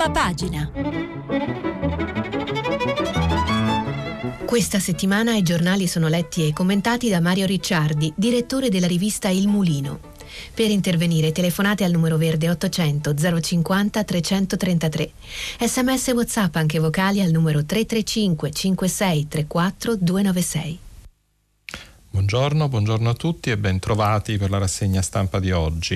Prima pagina. Questa settimana i giornali sono letti e commentati da Mario Ricciardi, direttore della rivista Il Mulino. Per intervenire telefonate al numero verde 800 050 333. SMS WhatsApp anche vocali al numero 335 56 34 296. Buongiorno a tutti e ben trovati per la rassegna stampa di oggi.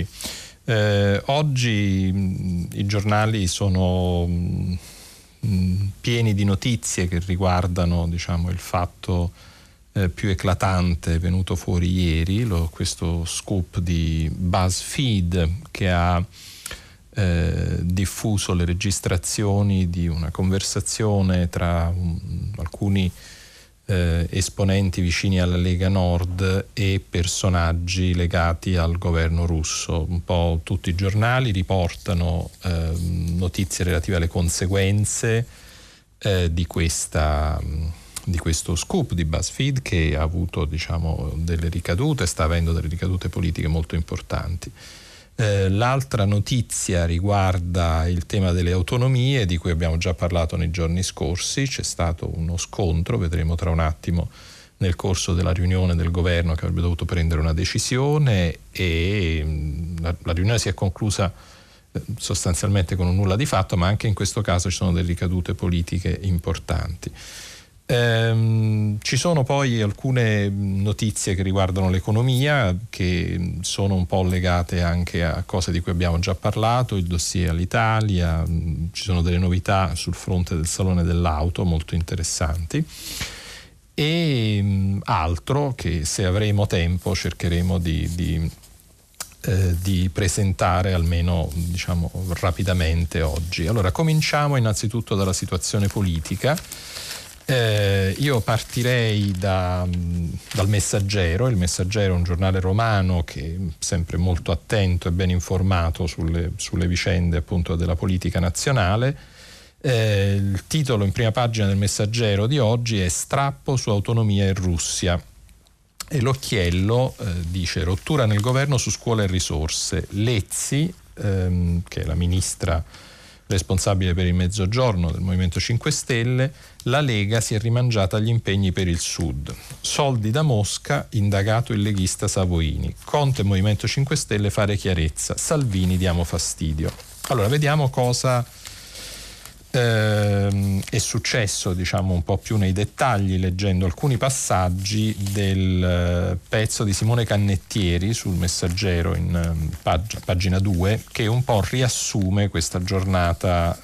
Oggi i giornali sono pieni di notizie che riguardano, il fatto più eclatante venuto fuori ieri, questo scoop di BuzzFeed che ha diffuso le registrazioni di una conversazione tra alcuni esponenti vicini alla Lega Nord e personaggi legati al governo russo. Un po' tutti i giornali riportano notizie relative alle conseguenze di questo scoop di BuzzFeed, che ha avuto delle ricadute, sta avendo delle ricadute politiche molto importanti. L'altra notizia riguarda il tema delle autonomie, di cui abbiamo già parlato nei giorni scorsi. C'è stato uno scontro, vedremo tra un attimo, nel corso della riunione del governo, che avrebbe dovuto prendere una decisione, e la riunione si è conclusa sostanzialmente con un nulla di fatto, ma anche in questo caso ci sono delle ricadute politiche importanti. Ci sono poi alcune notizie che riguardano l'economia, che sono un po' legate anche a cose di cui abbiamo già parlato, il dossier all'Italia. Ci sono delle novità sul fronte del Salone dell'Auto molto interessanti, e altro che, se avremo tempo, cercheremo di presentare almeno rapidamente oggi. Allora, cominciamo innanzitutto dalla situazione politica. Io partirei dal Messaggero. Il Messaggero è un giornale romano che è sempre molto attento e ben informato sulle vicende appunto della politica nazionale. Il titolo in prima pagina del Messaggero di oggi è "Strappo su autonomia e Russia", e l'occhiello dice: "Rottura nel governo su scuola e risorse. Lezzi", che è la ministra responsabile per il Mezzogiorno del Movimento 5 Stelle, "la Lega si è rimangiata gli impegni per il Sud. Soldi da Mosca, indagato il leghista Savoini. Conte e Movimento 5 Stelle fare chiarezza. Salvini diamo fastidio". Allora, vediamo cosa è successo, un po' più nei dettagli, leggendo alcuni passaggi del pezzo di Simone Cannettieri sul Messaggero in pagina 2, che un po' riassume questa giornata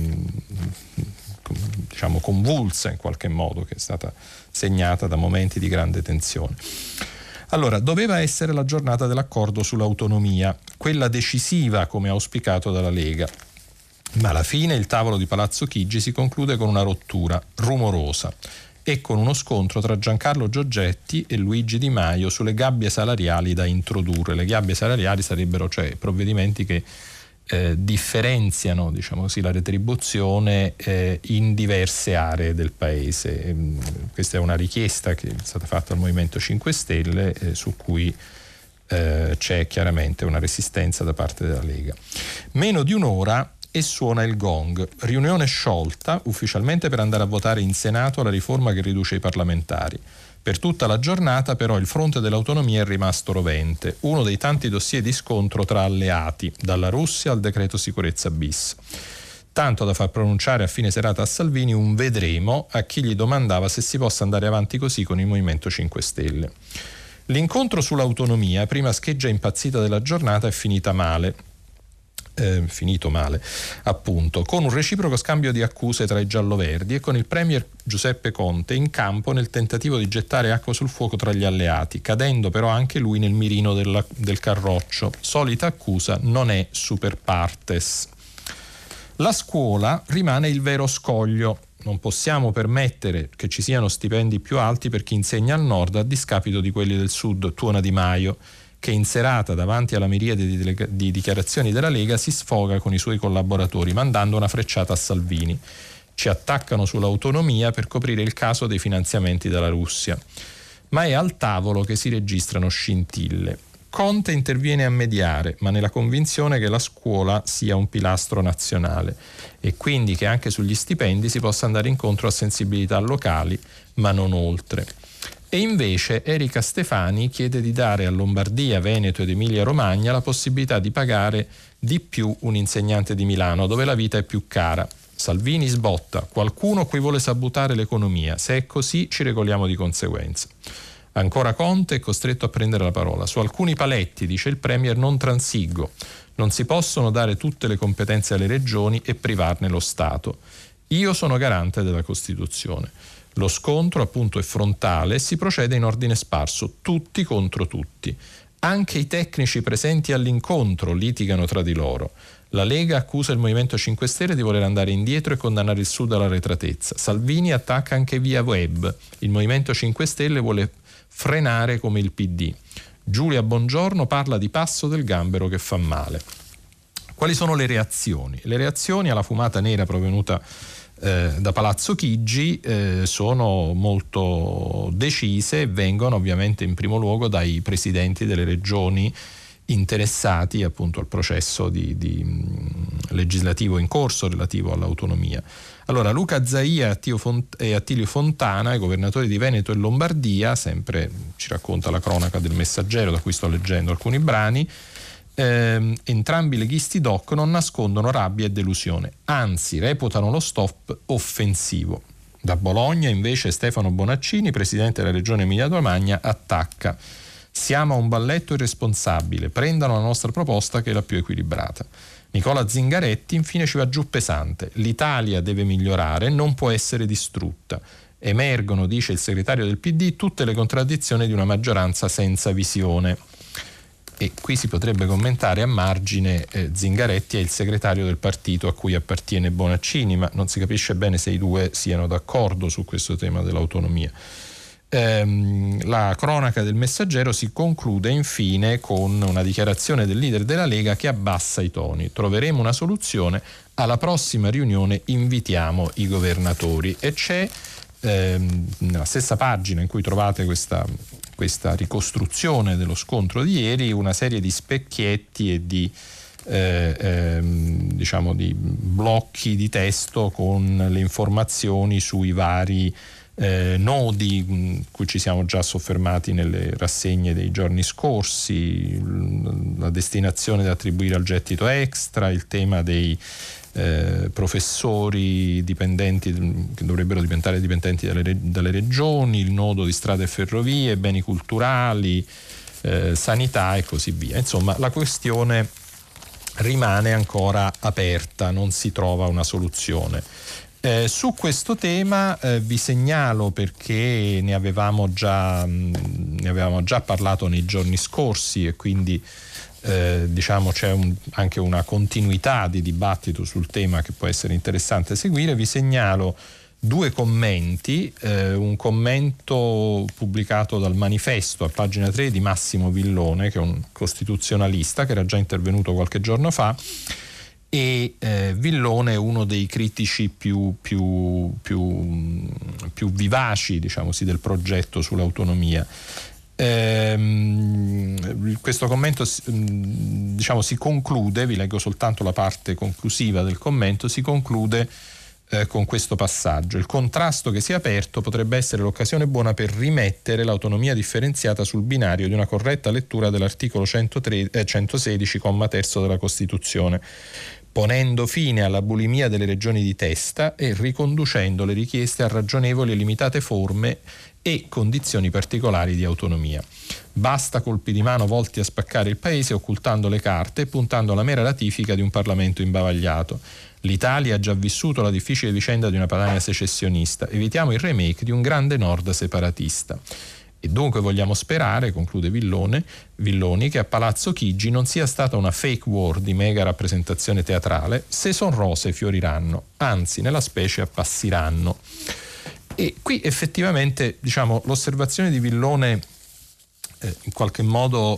convulsa in qualche modo, che è stata segnata da momenti di grande tensione. Allora, doveva essere la giornata dell'accordo sull'autonomia, quella decisiva come auspicato dalla Lega. Ma alla fine il tavolo di Palazzo Chigi si conclude con una rottura rumorosa e con uno scontro tra Giancarlo Giorgetti e Luigi Di Maio sulle gabbie salariali da introdurre. Le gabbie salariali sarebbero provvedimenti che differenziano, la retribuzione in diverse aree del paese. Questa è una richiesta che è stata fatta al Movimento 5 Stelle, su cui c'è chiaramente una resistenza da parte della Lega. Meno di un'ora e suona il gong. Riunione sciolta ufficialmente per andare a votare in Senato la riforma che riduce i parlamentari. Per tutta la giornata però il fronte dell'autonomia è rimasto rovente, uno dei tanti dossier di scontro tra alleati, dalla Russia al decreto sicurezza bis. Tanto da far pronunciare a fine serata a Salvini un vedremo a chi gli domandava se si possa andare avanti così con il Movimento 5 Stelle. L'incontro sull'autonomia, prima scheggia impazzita della giornata, è finito male, appunto, con un reciproco scambio di accuse tra i gialloverdi e con il premier Giuseppe Conte in campo nel tentativo di gettare acqua sul fuoco tra gli alleati, cadendo però anche lui nel mirino del Carroccio. Solita accusa: non è super partes. La scuola rimane il vero scoglio. Non possiamo permettere che ci siano stipendi più alti per chi insegna al nord a discapito di quelli del sud, tuona Di Maio, che in serata, davanti alla miriade di dichiarazioni della Lega, si sfoga con i suoi collaboratori mandando una frecciata a Salvini. Ci attaccano sull'autonomia per coprire il caso dei finanziamenti dalla Russia. Ma è al tavolo che si registrano scintille. Conte interviene a mediare, ma nella convinzione che la scuola sia un pilastro nazionale e quindi che anche sugli stipendi si possa andare incontro a sensibilità locali, ma non oltre. E invece Erika Stefani chiede di dare a Lombardia, Veneto ed Emilia-Romagna la possibilità di pagare di più un insegnante di Milano, dove la vita è più cara. Salvini sbotta: qualcuno qui vuole sabotare l'economia, se è così ci regoliamo di conseguenza. Ancora Conte è costretto a prendere la parola. Su alcuni paletti, dice il Premier, non transigo. Non si possono dare tutte le competenze alle regioni e privarne lo Stato. Io sono garante della Costituzione. Lo scontro appunto è frontale e si procede in ordine sparso, tutti contro tutti. Anche i tecnici presenti all'incontro litigano tra di loro. La Lega accusa il Movimento 5 Stelle di voler andare indietro e condannare il Sud all'arretratezza. Salvini attacca anche via web. Il Movimento 5 Stelle vuole frenare come il PD. Giulia Bongiorno parla di passo del gambero che fa male. Quali sono le reazioni? Le reazioni alla fumata nera provenuta da Palazzo Chigi sono molto decise e vengono ovviamente in primo luogo dai presidenti delle regioni interessati appunto al processo legislativo in corso relativo all'autonomia. Allora, Luca Zaia e Attilio Fontana, i governatori di Veneto e Lombardia, sempre ci racconta la cronaca del Messaggero, da cui sto leggendo alcuni brani, entrambi leghisti doc non nascondono rabbia e delusione, anzi reputano lo stop offensivo. Da Bologna invece Stefano Bonaccini, presidente della regione Emilia-Romagna, attacca: siamo a un balletto irresponsabile, prendano la nostra proposta che è la più equilibrata. Nicola Zingaretti infine ci va giù pesante: l'Italia deve migliorare, non può essere distrutta. Emergono, dice il segretario del PD, tutte le contraddizioni di una maggioranza senza visione. E qui si potrebbe commentare a margine, Zingaretti è il segretario del partito a cui appartiene Bonaccini, ma non si capisce bene se i due siano d'accordo su questo tema dell'autonomia. La cronaca del Messaggero si conclude infine con una dichiarazione del leader della Lega che abbassa i toni: troveremo una soluzione, alla prossima riunione invitiamo i governatori. E c'è nella stessa pagina in cui trovate questa ricostruzione dello scontro di ieri una serie di specchietti e di di blocchi di testo con le informazioni sui vari nodi cui ci siamo già soffermati nelle rassegne dei giorni scorsi, la destinazione da attribuire al gettito extra, il tema dei professori dipendenti che dovrebbero diventare dipendenti dalle regioni, il nodo di strade e ferrovie, beni culturali, sanità e così via. Insomma, la questione rimane ancora aperta, non si trova una soluzione. Su questo tema vi segnalo, perché ne avevamo già parlato nei giorni scorsi e quindi c'è anche una continuità di dibattito sul tema che può essere interessante seguire. Vi segnalo due commenti, un commento pubblicato dal Manifesto a pagina 3 di Massimo Villone, che è un costituzionalista che era già intervenuto qualche giorno fa, e Villone è uno dei critici più vivaci, del progetto sull'autonomia. Questo commento si conclude, vi leggo soltanto la parte conclusiva del commento, si conclude con questo passaggio: il contrasto che si è aperto potrebbe essere l'occasione buona per rimettere l'autonomia differenziata sul binario di una corretta lettura dell'articolo 116, comma terzo della Costituzione, ponendo fine alla bulimia delle regioni di testa e riconducendo le richieste a ragionevoli e limitate forme e condizioni particolari di autonomia. Basta colpi di mano volti a spaccare il paese occultando le carte e puntando alla mera ratifica di un Parlamento imbavagliato. L'Italia ha già vissuto la difficile vicenda di una Padania secessionista, evitiamo il remake di un grande nord separatista. E dunque vogliamo sperare, conclude Villoni, che a Palazzo Chigi non sia stata una fake war di mega rappresentazione teatrale. Se son rose fioriranno, anzi nella specie appassiranno. E qui effettivamente l'osservazione di Villone in qualche modo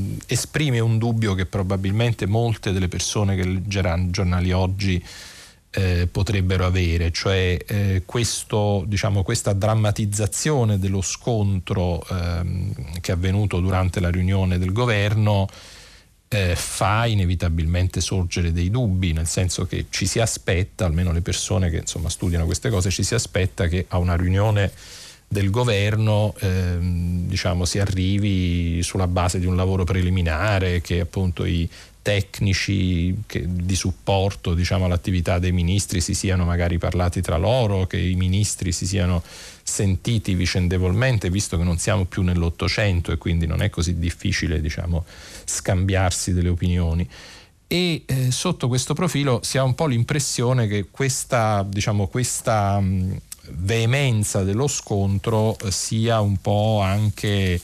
esprime un dubbio che probabilmente molte delle persone che leggeranno i giornali oggi potrebbero avere, cioè questa drammatizzazione dello scontro che è avvenuto durante la riunione del governo fa inevitabilmente sorgere dei dubbi, nel senso che ci si aspetta, almeno le persone che insomma studiano queste cose, ci si aspetta che a una riunione del governo si arrivi sulla base di un lavoro preliminare, che appunto i tecnici di supporto all'attività dei ministri si siano magari parlati tra loro, che i ministri si siano sentiti vicendevolmente, visto che non siamo più nell'Ottocento e quindi non è così difficile scambiarsi delle opinioni. E sotto questo profilo si ha un po' l'impressione che questa veemenza dello scontro sia un po' anche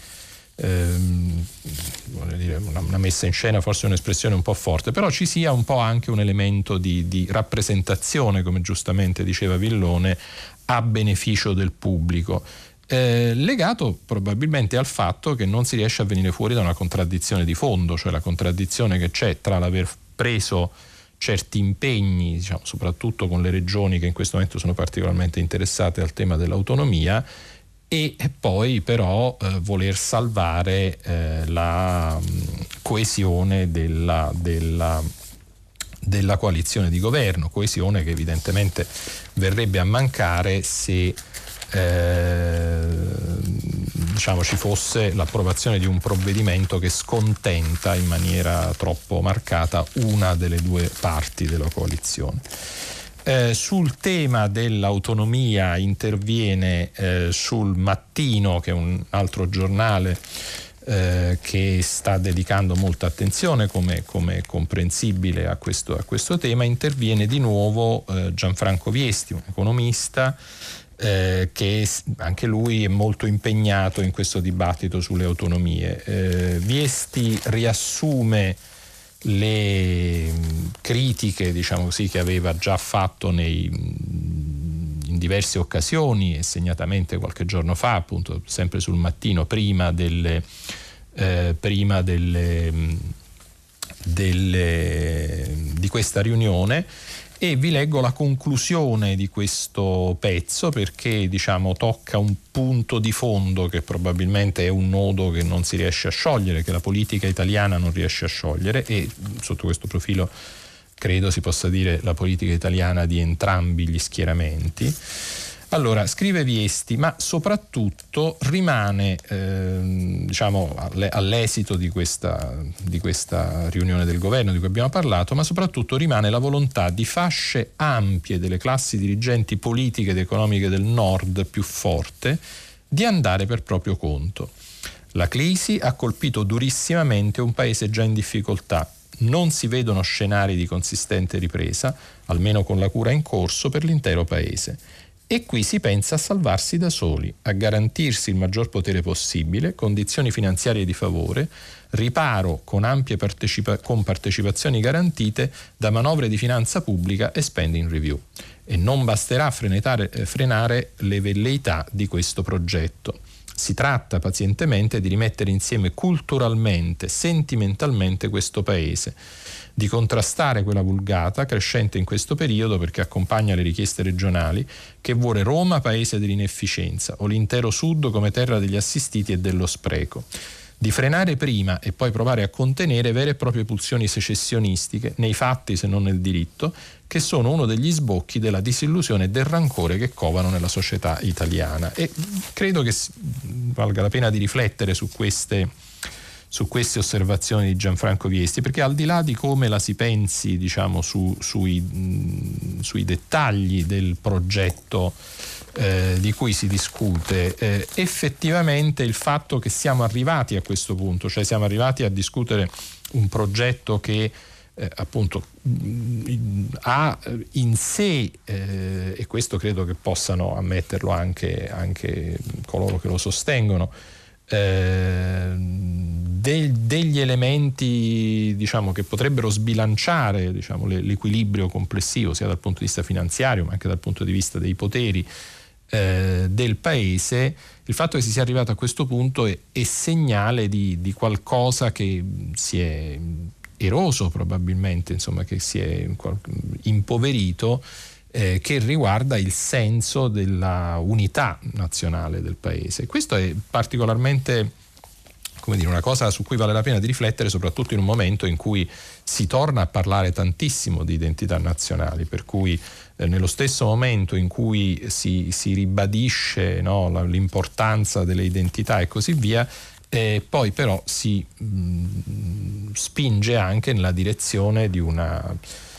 una messa in scena, forse un'espressione un po' forte, però ci sia un po' anche un elemento di rappresentazione, come giustamente diceva Villone, a beneficio del pubblico, legato probabilmente al fatto che non si riesce a venire fuori da una contraddizione di fondo, cioè la contraddizione che c'è tra l'aver preso certi impegni, soprattutto con le regioni che in questo momento sono particolarmente interessate al tema dell'autonomia, e poi però voler salvare la coesione della coalizione di governo, coesione che evidentemente verrebbe a mancare se ci fosse l'approvazione di un provvedimento che scontenta in maniera troppo marcata una delle due parti della coalizione. Sul tema dell'autonomia interviene sul Mattino, che è un altro giornale che sta dedicando molta attenzione, come comprensibile, a questo tema. Interviene di nuovo Gianfranco Viesti, un economista che anche lui è molto impegnato in questo dibattito sulle autonomie. Viesti riassume le critiche, che aveva già fatto in diverse occasioni, e segnatamente qualche giorno fa, appunto sempre sul Mattino, prima di questa riunione. E vi leggo la conclusione di questo pezzo, perché tocca un punto di fondo che probabilmente è un nodo che non si riesce a sciogliere, che la politica italiana non riesce a sciogliere, e sotto questo profilo credo si possa dire la politica italiana di entrambi gli schieramenti. Allora, scrive Viesti, ma soprattutto rimane, all'esito di questa riunione del governo di cui abbiamo parlato, ma soprattutto rimane la volontà di fasce ampie delle classi dirigenti politiche ed economiche del Nord più forte di andare per proprio conto. La crisi ha colpito durissimamente un paese già in difficoltà. Non si vedono scenari di consistente ripresa, almeno con la cura in corso, per l'intero paese. E qui si pensa a salvarsi da soli, a garantirsi il maggior potere possibile, condizioni finanziarie di favore, riparo con ampie partecipazioni garantite da manovre di finanza pubblica e spending review. E non basterà frenare le velleità di questo progetto. Si tratta pazientemente di rimettere insieme culturalmente, sentimentalmente questo paese, di contrastare quella vulgata crescente in questo periodo, perché accompagna le richieste regionali, che vuole Roma paese dell'inefficienza o l'intero Sud come terra degli assistiti e dello spreco. Di frenare prima e poi provare a contenere vere e proprie pulsioni secessionistiche, nei fatti se non nel diritto, che sono uno degli sbocchi della disillusione e del rancore che covano nella società italiana. E credo che valga la pena di riflettere su queste osservazioni di Gianfranco Viesti, perché al di là di come la si pensi sui dettagli del progetto di cui si discute, effettivamente il fatto che siamo arrivati a questo punto, cioè siamo arrivati a discutere un progetto che appunto ha in sé, e questo credo che possano ammetterlo anche coloro che lo sostengono, degli elementi che potrebbero sbilanciare l'equilibrio complessivo sia dal punto di vista finanziario ma anche dal punto di vista dei poteri del paese. Il fatto che si sia arrivato a questo punto è segnale di qualcosa che si è eroso probabilmente, insomma, che si è impoverito, che riguarda il senso della unità nazionale del paese. Questo è particolarmente, come dire, una cosa su cui vale la pena di riflettere, soprattutto in un momento in cui si torna a parlare tantissimo di identità nazionali, per cui nello stesso momento in cui si ribadisce, no, l'importanza delle identità e così via, poi però si spinge anche nella direzione di una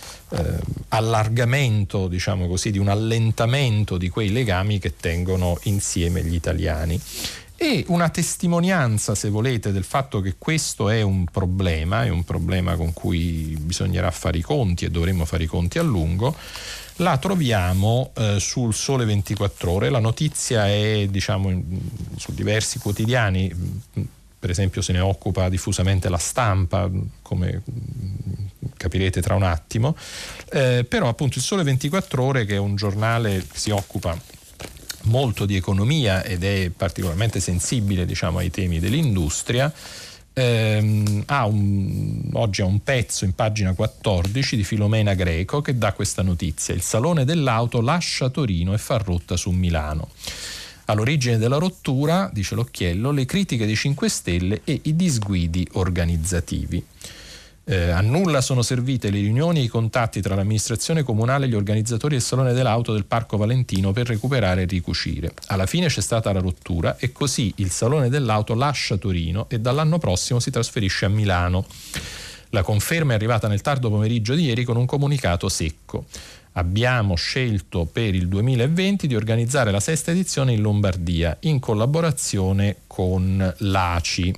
allargamento, diciamo così, di un allentamento di quei legami che tengono insieme gli italiani. E una testimonianza, se volete, del fatto che questo è un problema con cui bisognerà fare i conti e dovremo fare i conti a lungo, la troviamo sul Sole 24 Ore. La notizia è, diciamo, su diversi quotidiani, per esempio se ne occupa diffusamente La Stampa, come capirete tra un attimo, però appunto il Sole 24 Ore, che è un giornale che si occupa molto di economia ed è particolarmente sensibile, diciamo, ai temi dell'industria, oggi ha un pezzo in pagina 14 di Filomena Greco che dà questa notizia: il Salone dell'Auto lascia Torino e fa rotta su Milano. All'origine della rottura, dice l'occhiello, le critiche dei 5 Stelle e i disguidi organizzativi. A nulla sono servite le riunioni e i contatti tra l'amministrazione comunale e gli organizzatori del Salone dell'Auto del Parco Valentino per recuperare e ricucire. Alla fine c'è stata la rottura e così il Salone dell'Auto lascia Torino e dall'anno prossimo si trasferisce a Milano. La conferma è arrivata nel tardo pomeriggio di ieri con un comunicato secco. Abbiamo scelto per il 2020 di organizzare la 6ª edizione in Lombardia in collaborazione con l'ACI.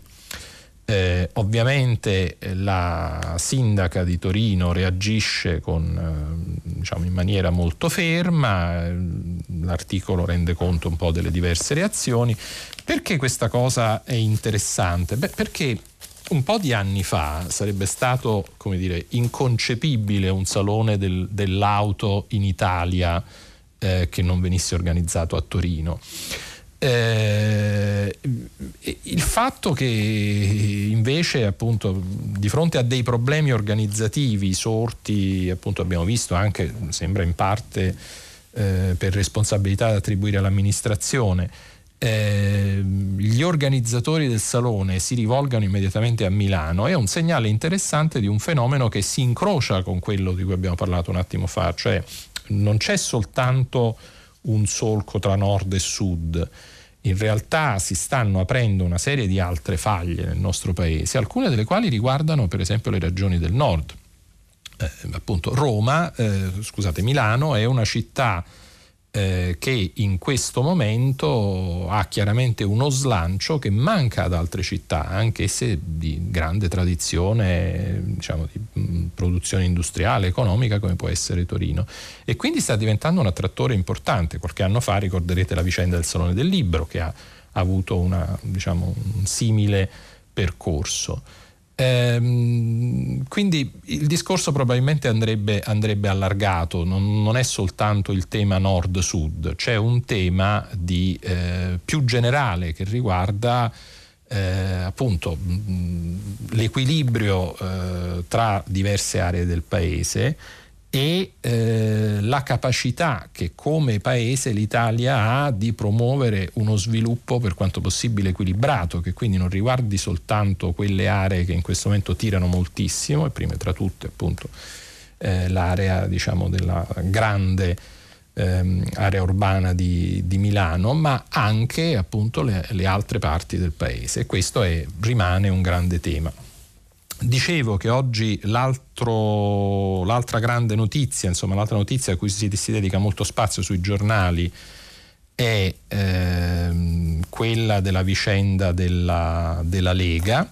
Ovviamente la sindaca di Torino reagisce diciamo in maniera molto ferma. L'articolo rende conto un po' delle diverse reazioni. Perché questa cosa è interessante? Perché un po' di anni fa sarebbe stato, come dire, inconcepibile un salone dell'auto in Italia che non venisse organizzato a Torino. Il fatto che invece, appunto, di fronte a dei problemi organizzativi sorti, appunto, abbiamo visto anche, sembra in parte per responsabilità da attribuire all'amministrazione, gli organizzatori del salone si rivolgano immediatamente a Milano, è un segnale interessante di un fenomeno che si incrocia con quello di cui abbiamo parlato un attimo fa, cioè non c'è soltanto un solco tra nord e sud. In realtà si stanno aprendo una serie di altre faglie nel nostro paese, alcune delle quali riguardano per esempio le regioni del nord. Appunto Milano è una città che in questo momento ha chiaramente uno slancio che manca ad altre città, anche se di grande tradizione, diciamo, di produzione industriale, economica, come può essere Torino, e quindi sta diventando un attrattore importante. Qualche anno fa ricorderete la vicenda del Salone del Libro, che ha avuto un simile percorso. Quindi il discorso probabilmente andrebbe allargato, non è soltanto il tema nord-sud, c'è un tema più generale che riguarda appunto l'equilibrio tra diverse aree del paese e la capacità che come paese l'Italia ha di promuovere uno sviluppo per quanto possibile equilibrato, che quindi non riguardi soltanto quelle aree che in questo momento tirano moltissimo, e prima tra tutte appunto l'area, diciamo, della grande area urbana di Milano, ma anche appunto le altre parti del paese. Questo rimane un grande tema. Dicevo che oggi l'altra grande notizia, insomma l'altra notizia a cui si dedica molto spazio sui giornali è quella della vicenda della Lega.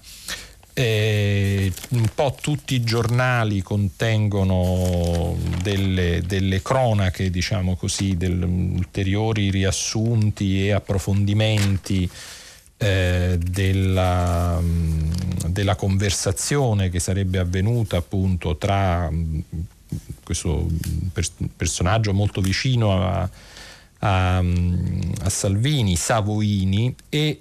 Un po' tutti i giornali contengono delle cronache, diciamo così, ulteriori riassunti e approfondimenti della conversazione che sarebbe avvenuta appunto tra questo personaggio molto vicino a Salvini, Savoini e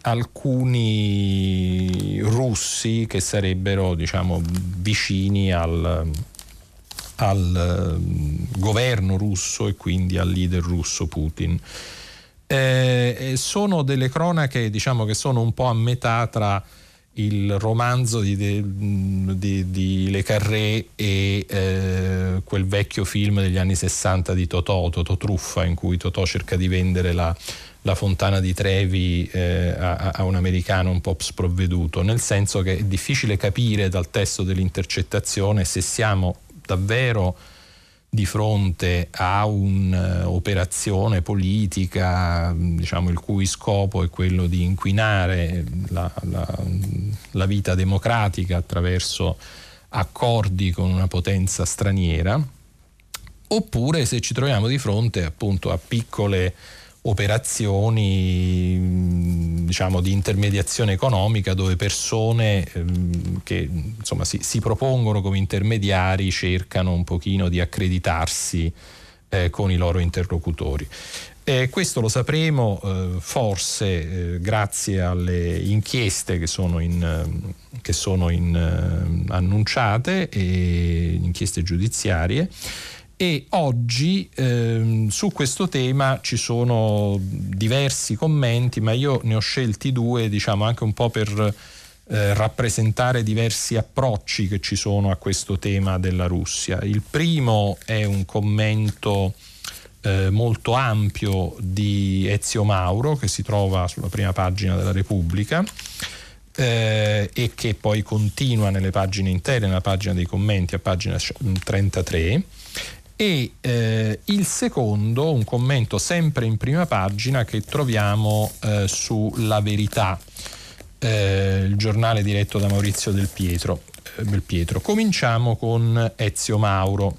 alcuni russi che sarebbero, diciamo, vicini al governo russo e quindi al leader russo Putin. Sono delle cronache, diciamo, che sono un po' a metà tra il romanzo di Le Carré e quel vecchio film degli anni 60 di Totò Truffa, in cui Totò cerca di vendere la fontana di Trevi a un americano un po' sprovveduto, nel senso che è difficile capire dal testo dell'intercettazione se siamo davvero di fronte a un'operazione politica, diciamo, il cui scopo è quello di inquinare la vita democratica attraverso accordi con una potenza straniera, oppure se ci troviamo di fronte appunto a piccole operazioni, diciamo, di intermediazione economica, dove persone che insomma si propongono come intermediari cercano un pochino di accreditarsi con i loro interlocutori. Questo lo sapremo forse grazie alle inchieste che sono annunciate, inchieste giudiziarie. E oggi su questo tema ci sono diversi commenti, ma io ne ho scelti due, diciamo, anche un po' per rappresentare diversi approcci che ci sono a questo tema della Russia. Il primo è un commento molto ampio di Ezio Mauro, che si trova sulla prima pagina della Repubblica, e che poi continua nelle pagine interne, nella pagina dei commenti a pagina 33. E il secondo, un commento sempre in prima pagina che troviamo su La Verità, il giornale diretto da Maurizio Belpietro. Cominciamo con Ezio Mauro.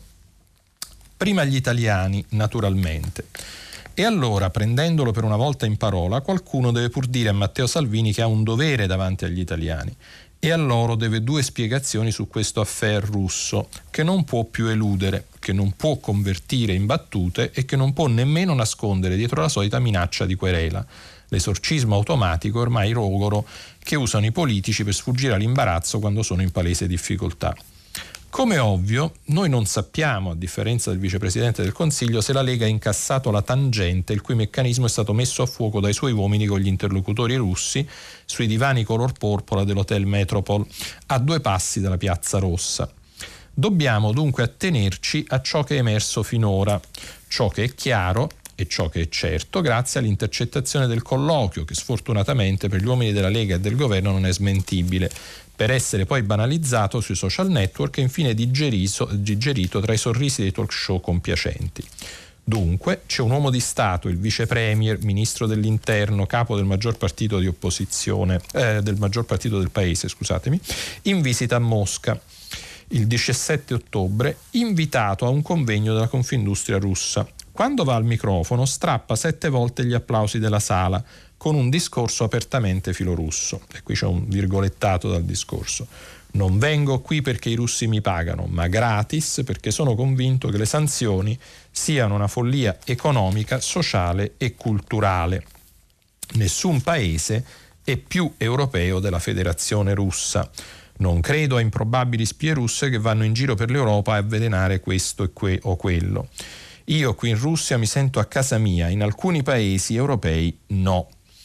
Prima gli italiani, naturalmente. E allora, prendendolo per una volta in parola, qualcuno deve pur dire a Matteo Salvini che ha un dovere davanti agli italiani. E a loro deve 2 spiegazioni su questo affair russo, che non può più eludere, che non può convertire in battute e che non può nemmeno nascondere dietro la solita minaccia di querela, l'esorcismo automatico ormai rogoro che usano i politici per sfuggire all'imbarazzo quando sono in palese difficoltà. Come ovvio, noi non sappiamo, a differenza del vicepresidente del Consiglio, se la Lega ha incassato la tangente il cui meccanismo è stato messo a fuoco dai suoi uomini con gli interlocutori russi sui divani color porpora dell'Hotel Metropol, a 2 passi dalla Piazza Rossa. Dobbiamo dunque attenerci a ciò che è emerso finora, ciò che è chiaro e ciò che è certo grazie all'intercettazione del colloquio, che sfortunatamente per gli uomini della Lega e del governo non è smentibile, per essere poi banalizzato sui social network e infine digerito tra i sorrisi dei talk show compiacenti. Dunque c'è un uomo di Stato, il vice premier, ministro dell'interno, capo del maggior partito di opposizione, del maggior partito del paese, scusatemi, in visita a Mosca il 17 ottobre, invitato a un convegno della Confindustria russa. Quando va al microfono strappa 7 volte gli applausi della sala, con un discorso apertamente filorusso. E qui c'è un virgolettato dal discorso. Non vengo qui perché i russi mi pagano, ma gratis perché sono convinto che le sanzioni siano una follia economica, sociale e culturale. Nessun paese è più europeo della Federazione Russa. Non credo a improbabili spie russe che vanno in giro per l'Europa a avvelenare questo o quello. Io qui in Russia mi sento a casa mia, in alcuni paesi europei no.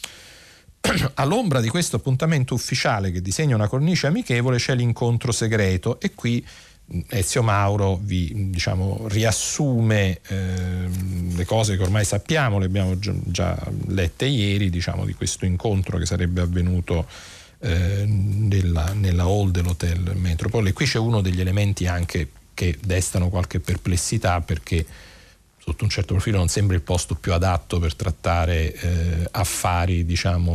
All'ombra di questo appuntamento ufficiale che disegna una cornice amichevole c'è l'incontro segreto, e qui Ezio Mauro vi riassume le cose che ormai sappiamo, le abbiamo già lette ieri, di questo incontro che sarebbe avvenuto nella hall dell'Hotel Metropol. E qui c'è uno degli elementi anche che destano qualche perplessità, perché sotto un certo profilo non sembra il posto più adatto per trattare affari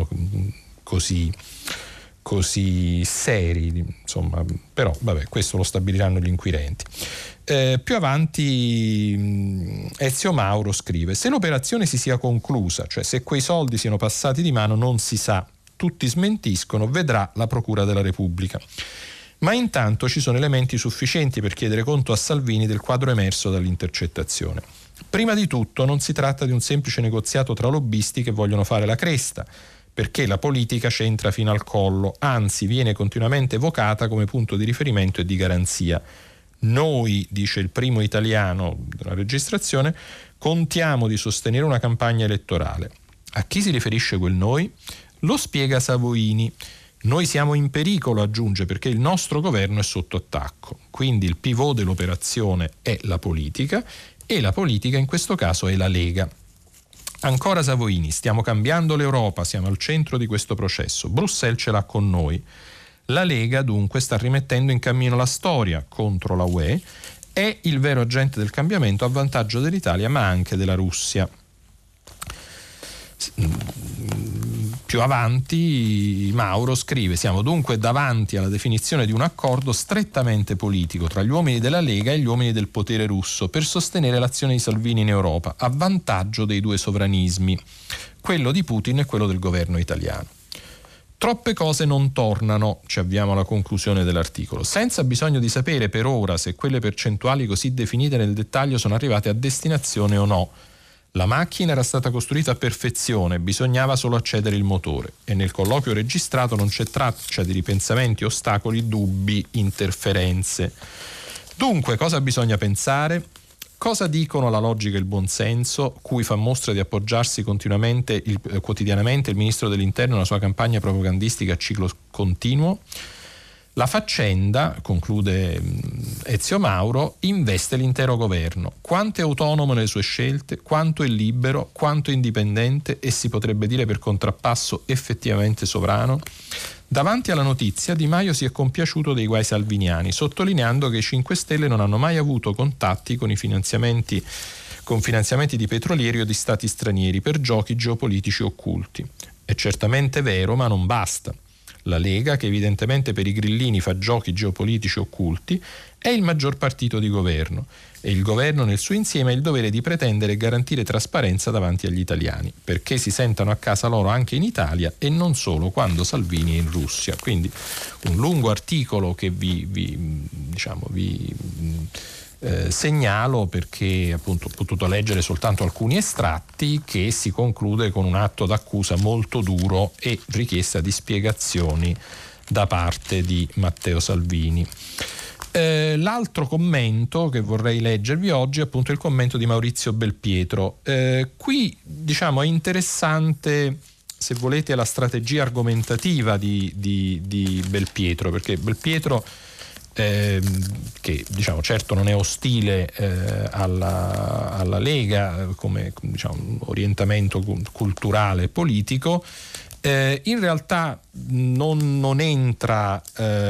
così seri, insomma, però vabbè, questo lo stabiliranno gli inquirenti. Più avanti Ezio Mauro scrive: se l'operazione si sia conclusa, cioè se quei soldi siano passati di mano, non si sa, tutti smentiscono, vedrà la Procura della Repubblica. Ma intanto ci sono elementi sufficienti per chiedere conto a Salvini del quadro emerso dall'intercettazione. Prima di tutto non si tratta di un semplice negoziato tra lobbisti che vogliono fare la cresta, perché la politica c'entra fino al collo, anzi viene continuamente evocata come punto di riferimento e di garanzia. Noi, dice il primo italiano della registrazione, contiamo di sostenere una campagna elettorale. A chi si riferisce quel noi? Lo spiega Savoini. Noi siamo in pericolo, aggiunge, perché il nostro governo è sotto attacco. Quindi il pivot dell'operazione è la politica, e la politica in questo caso è la Lega. Ancora Savoini, stiamo cambiando l'Europa, siamo al centro di questo processo. Bruxelles ce l'ha con noi. La Lega dunque sta rimettendo in cammino la storia contro la UE, è il vero agente del cambiamento a vantaggio dell'Italia ma anche della Russia. Più avanti Mauro scrive: siamo dunque davanti alla definizione di un accordo strettamente politico tra gli uomini della Lega e gli uomini del potere russo per sostenere l'azione di Salvini in Europa a vantaggio dei due sovranismi, quello di Putin e quello del governo italiano. Troppe cose non tornano, ci avviamo alla conclusione dell'articolo, senza bisogno di sapere per ora se quelle percentuali così definite nel dettaglio sono arrivate a destinazione o no. La macchina era stata costruita a perfezione, bisognava solo accedere il motore e nel colloquio registrato non c'è traccia di ripensamenti, ostacoli, dubbi, interferenze. Dunque, cosa bisogna pensare? Cosa dicono la logica e il buonsenso, cui fa mostra di appoggiarsi quotidianamente il Ministro dell'Interno nella sua campagna propagandistica a ciclo continuo? La faccenda, conclude Ezio Mauro, investe l'intero governo. Quanto è autonomo nelle sue scelte, quanto è libero, quanto è indipendente e si potrebbe dire per contrappasso effettivamente sovrano? Davanti alla notizia Di Maio si è compiaciuto dei guai salviniani, sottolineando che i 5 Stelle non hanno mai avuto contatti con finanziamenti di petrolieri o di stati stranieri per giochi geopolitici occulti. È certamente vero, ma non basta. La Lega, che evidentemente per i grillini fa giochi geopolitici occulti, è il maggior partito di governo e il governo nel suo insieme ha il dovere di pretendere e garantire trasparenza davanti agli italiani, perché si sentano a casa loro anche in Italia e non solo quando Salvini è in Russia. Quindi un lungo articolo che vi segnalo perché appunto ho potuto leggere soltanto alcuni estratti, che si conclude con un atto d'accusa molto duro e richiesta di spiegazioni da parte di Matteo Salvini. L'altro commento che vorrei leggervi oggi è appunto il commento di Maurizio Belpietro. Qui diciamo è interessante, se volete, la strategia argomentativa di Belpietro, perché Belpietro che diciamo certo non è ostile alla Lega come diciamo orientamento culturale e politico, in realtà non entra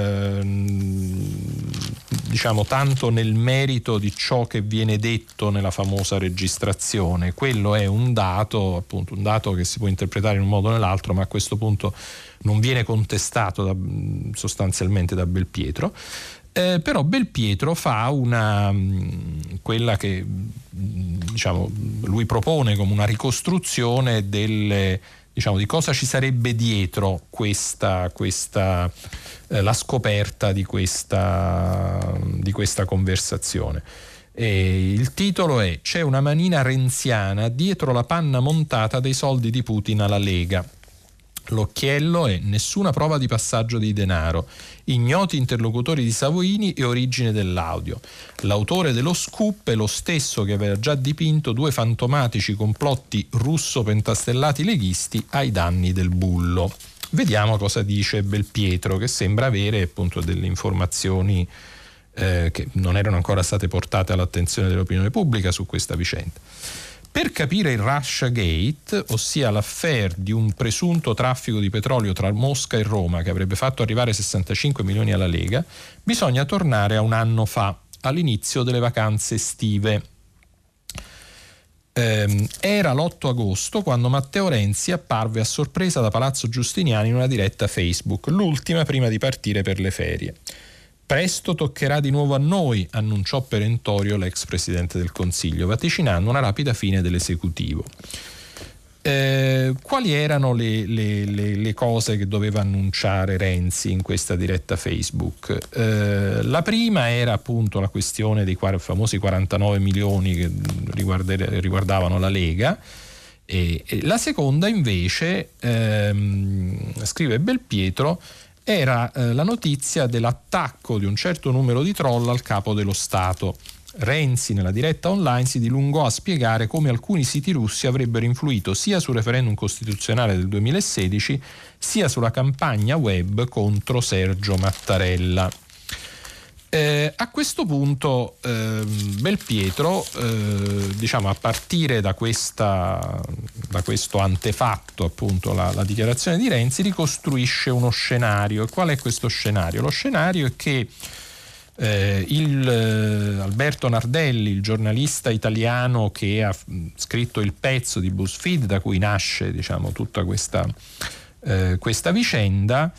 diciamo tanto nel merito di ciò che viene detto nella famosa registrazione. Quello è un dato, appunto un dato che si può interpretare in un modo o nell'altro, ma a questo punto non viene contestato sostanzialmente da Belpietro. Però Belpietro fa quella che diciamo lui propone come una ricostruzione di cosa ci sarebbe dietro la scoperta di questa conversazione. E il titolo è: c'è una manina renziana dietro la panna montata dei soldi di Putin alla Lega. L'occhiello è: nessuna prova di passaggio di denaro, ignoti interlocutori di Savoini e origine dell'audio. L'autore dello scoop è lo stesso che aveva già dipinto 2 fantomatici complotti russo-pentastellati leghisti ai danni del bullo. Vediamo cosa dice Belpietro, che sembra avere appunto delle informazioni che non erano ancora state portate all'attenzione dell'opinione pubblica su questa vicenda. Per capire il Russiagate, ossia l'affaire di un presunto traffico di petrolio tra Mosca e Roma che avrebbe fatto arrivare 65 milioni alla Lega, bisogna tornare a un anno fa, all'inizio delle vacanze estive. Era l'8 agosto quando Matteo Renzi apparve a sorpresa da Palazzo Giustiniani in una diretta Facebook, l'ultima prima di partire per le ferie. Presto toccherà di nuovo a noi, annunciò perentorio l'ex Presidente del Consiglio, vaticinando una rapida fine dell'esecutivo. Quali erano le cose che doveva annunciare Renzi in questa diretta Facebook? La prima era appunto la questione dei famosi 49 milioni che riguardavano la Lega, e la seconda invece, scrive Belpietro, era la notizia dell'attacco di un certo numero di troll al capo dello Stato. Renzi nella diretta online si dilungò a spiegare come alcuni siti russi avrebbero influito sia sul referendum costituzionale del 2016 sia sulla campagna web contro Sergio Mattarella. A questo punto Belpietro, diciamo, a partire da questo antefatto, appunto la dichiarazione di Renzi, ricostruisce uno scenario. E qual è questo scenario? Lo scenario è che Alberto Nardelli, il giornalista italiano che ha scritto il pezzo di BuzzFeed da cui nasce, diciamo, tutta questa vicenda,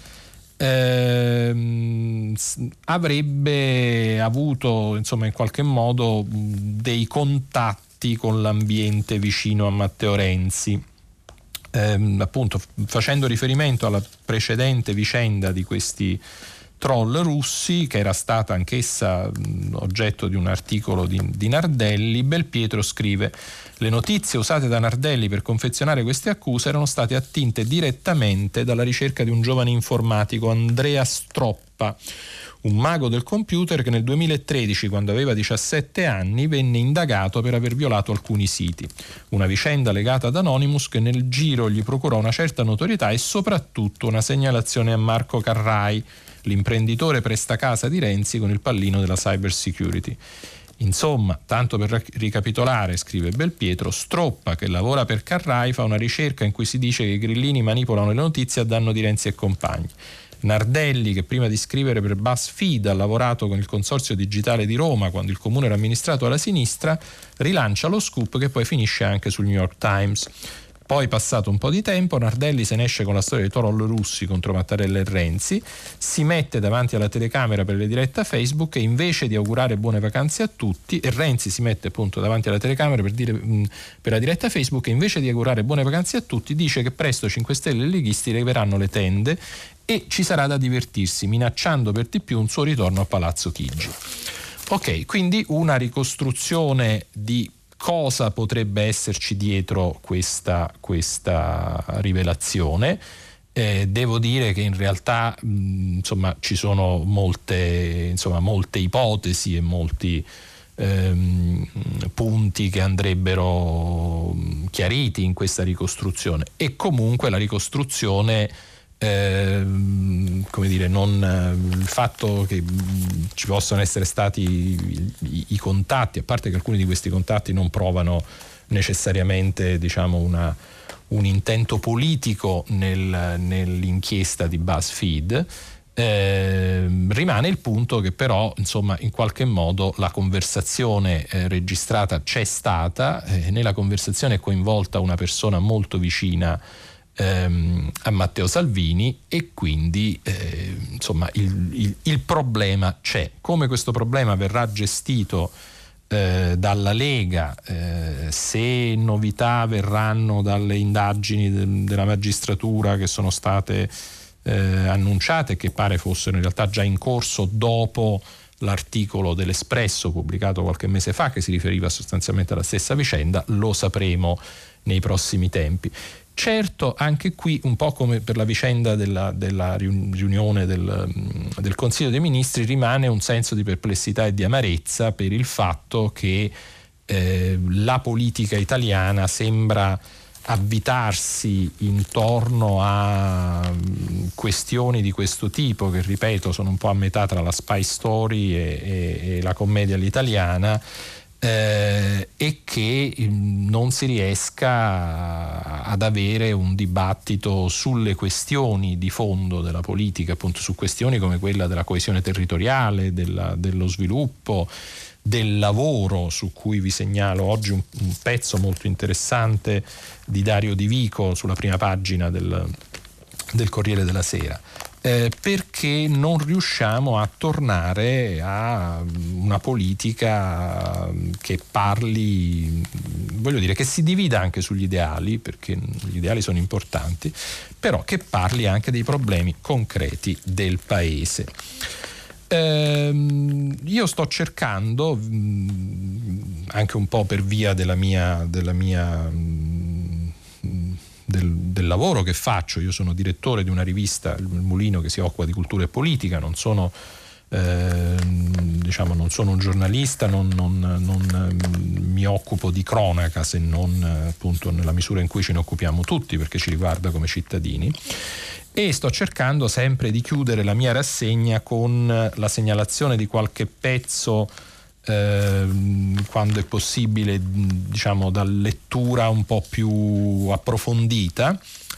avrebbe avuto, insomma, in qualche modo dei contatti con l'ambiente vicino a Matteo Renzi, appunto facendo riferimento alla precedente vicenda di questi troll russi, che era stata anch'essa oggetto di un articolo di Nardelli. Belpietro scrive: le notizie usate da Nardelli per confezionare queste accuse erano state attinte direttamente dalla ricerca di un giovane informatico, Andrea Stroppa, un mago del computer che nel 2013, quando aveva 17 anni, venne indagato per aver violato alcuni siti. Una vicenda legata ad Anonymous che nel giro gli procurò una certa notorietà e soprattutto una segnalazione a Marco Carrai, l'imprenditore prestacasa di Renzi con il pallino della cyber security. Insomma, tanto per ricapitolare, scrive Belpietro, Stroppa, che lavora per Carrai, fa una ricerca in cui si dice che i grillini manipolano le notizie a danno di Renzi e compagni. Nardelli, che prima di scrivere per BuzzFeed ha lavorato con il Consorzio Digitale di Roma quando il comune era amministrato alla sinistra, rilancia lo scoop che poi finisce anche sul New York Times. Poi, passato un po' di tempo, Nardelli se ne esce con la storia dei troll russi contro Mattarella e Renzi, si mette davanti alla telecamera per le dirette Facebook e invece di augurare buone vacanze a tutti, e Renzi si mette appunto davanti alla telecamera per la diretta Facebook e invece di augurare buone vacanze a tutti dice che presto 5 Stelle e leghisti leveranno le tende e ci sarà da divertirsi, minacciando per di più un suo ritorno a Palazzo Chigi. Ok, quindi una ricostruzione di cosa potrebbe esserci dietro questa rivelazione. Devo dire che in realtà insomma ci sono molte ipotesi e molti punti che andrebbero chiariti in questa ricostruzione, e comunque la ricostruzione, come dire, il fatto che ci possano essere stati i contatti, a parte che alcuni di questi contatti non provano necessariamente, diciamo, un intento politico nell'inchiesta di BuzzFeed, rimane il punto che però, insomma, in qualche modo la conversazione registrata c'è stata, nella conversazione è coinvolta una persona molto vicina a Matteo Salvini, e quindi insomma il problema c'è. Come questo problema verrà gestito dalla Lega, se novità verranno dalle indagini della magistratura che sono state annunciate e che pare fossero in realtà già in corso dopo l'articolo dell'Espresso pubblicato qualche mese fa che si riferiva sostanzialmente alla stessa vicenda, lo sapremo nei prossimi tempi. Certo, anche qui, un po' come per la vicenda della riunione del Consiglio dei Ministri, rimane un senso di perplessità e di amarezza per il fatto che la politica italiana sembra avvitarsi intorno a questioni di questo tipo, che ripeto sono un po' a metà tra la spy story e la commedia all'italiana, e che non si riesca ad avere un dibattito sulle questioni di fondo della politica, appunto su questioni come quella della coesione territoriale, dello sviluppo, del lavoro, su cui vi segnalo oggi un pezzo molto interessante di Dario Di Vico sulla prima pagina del Corriere della Sera. Perché non riusciamo a tornare a una politica che parli voglio dire, che si divida anche sugli ideali, perché gli ideali sono importanti, però che parli anche dei problemi concreti del paese. Io sto cercando, anche un po' per via del lavoro che faccio, io sono direttore di una rivista, Il Mulino, che si occupa di cultura e politica, non sono non sono un giornalista, non mi occupo di cronaca, se non appunto nella misura in cui ce ne occupiamo tutti, perché ci riguarda come cittadini, e sto cercando sempre di chiudere la mia rassegna con la segnalazione di qualche pezzo, quando è possibile, da lettura un po' più approfondita,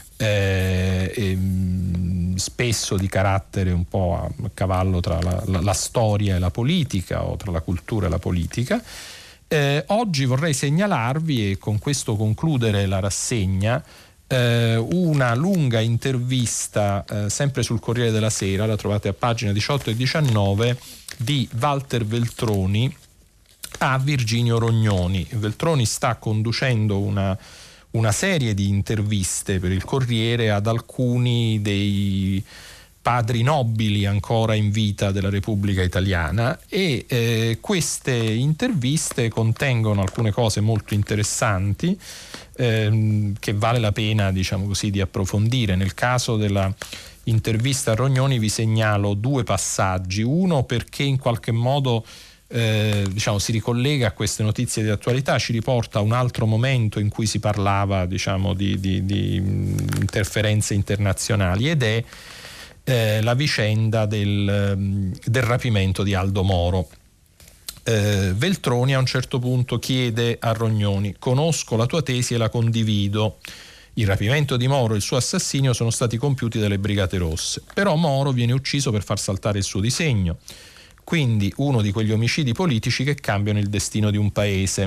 spesso di carattere un po' a cavallo tra la storia e la politica, o tra la cultura e la politica. Oggi vorrei segnalarvi, e con questo concludere la rassegna, una lunga intervista, sempre sul Corriere della Sera, la trovate a pagina 18 e 19, di Walter Veltroni a Virginio Rognoni. Veltroni sta conducendo una serie di interviste per il Corriere ad alcuni dei padri nobili ancora in vita della Repubblica Italiana, e queste interviste contengono alcune cose molto interessanti, che vale la pena, di approfondire. Nel caso della intervista a Rognoni vi segnalo due passaggi: uno perché in qualche modo si ricollega a queste notizie di attualità, ci riporta a un altro momento in cui si parlava di interferenze internazionali, ed è la vicenda del rapimento di Aldo Moro. Veltroni a un certo punto chiede a Rognoni: conosco la tua tesi e la condivido. Il rapimento di Moro e il suo assassinio sono stati compiuti dalle Brigate Rosse, però Moro viene ucciso per far saltare il suo disegno. Quindi uno di quegli omicidi politici che cambiano il destino di un paese.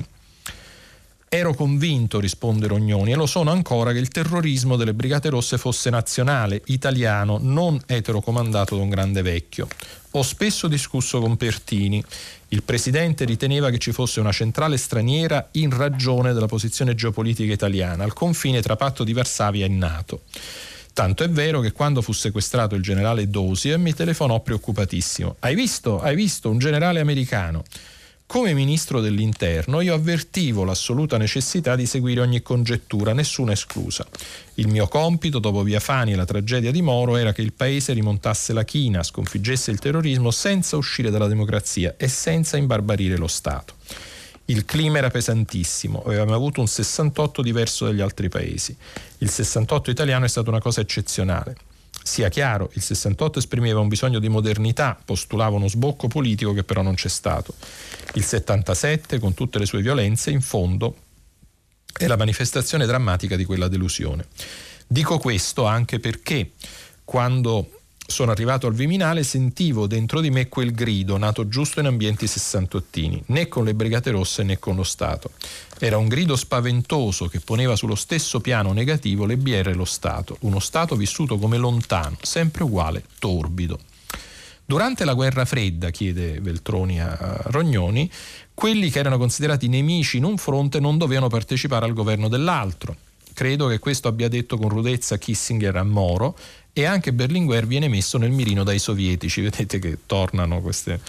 Ero convinto, risponde Rognoni, e lo sono ancora, che il terrorismo delle Brigate Rosse fosse nazionale, italiano, non eterocomandato da un grande vecchio. Ho spesso discusso con Pertini. Il presidente riteneva che ci fosse una centrale straniera in ragione della posizione geopolitica italiana, al confine tra Patto di Varsavia e NATO. Tanto è vero che quando fu sequestrato il generale Dozier mi telefonò preoccupatissimo. Hai visto un generale americano? Come ministro dell'interno io avvertivo l'assoluta necessità di seguire ogni congettura, nessuna esclusa. Il mio compito, dopo Via Fani e la tragedia di Moro, era che il paese rimontasse la china, sconfiggesse il terrorismo senza uscire dalla democrazia e senza imbarbarire lo Stato. Il clima era pesantissimo, avevamo avuto un 68 diverso dagli altri paesi. Il 68 italiano è stata una cosa eccezionale. Sia chiaro, il 68 esprimeva un bisogno di modernità, postulava uno sbocco politico che però non c'è stato. Il 77, con tutte le sue violenze, in fondo è la manifestazione drammatica di quella delusione. Dico questo anche perché quando sono arrivato al Viminale sentivo dentro di me quel grido nato giusto in ambienti sessantottini, né con le Brigate Rosse né con lo Stato. Era un grido spaventoso che poneva sullo stesso piano negativo le BR e lo Stato, uno Stato vissuto come lontano, sempre uguale, torbido. Durante la guerra fredda, chiede Veltroni a Rognoni, quelli che erano considerati nemici in un fronte non dovevano partecipare al governo dell'altro. Credo che questo abbia detto con rudezza Kissinger a Moro, e anche Berlinguer viene messo nel mirino dai sovietici. Vedete che tornano queste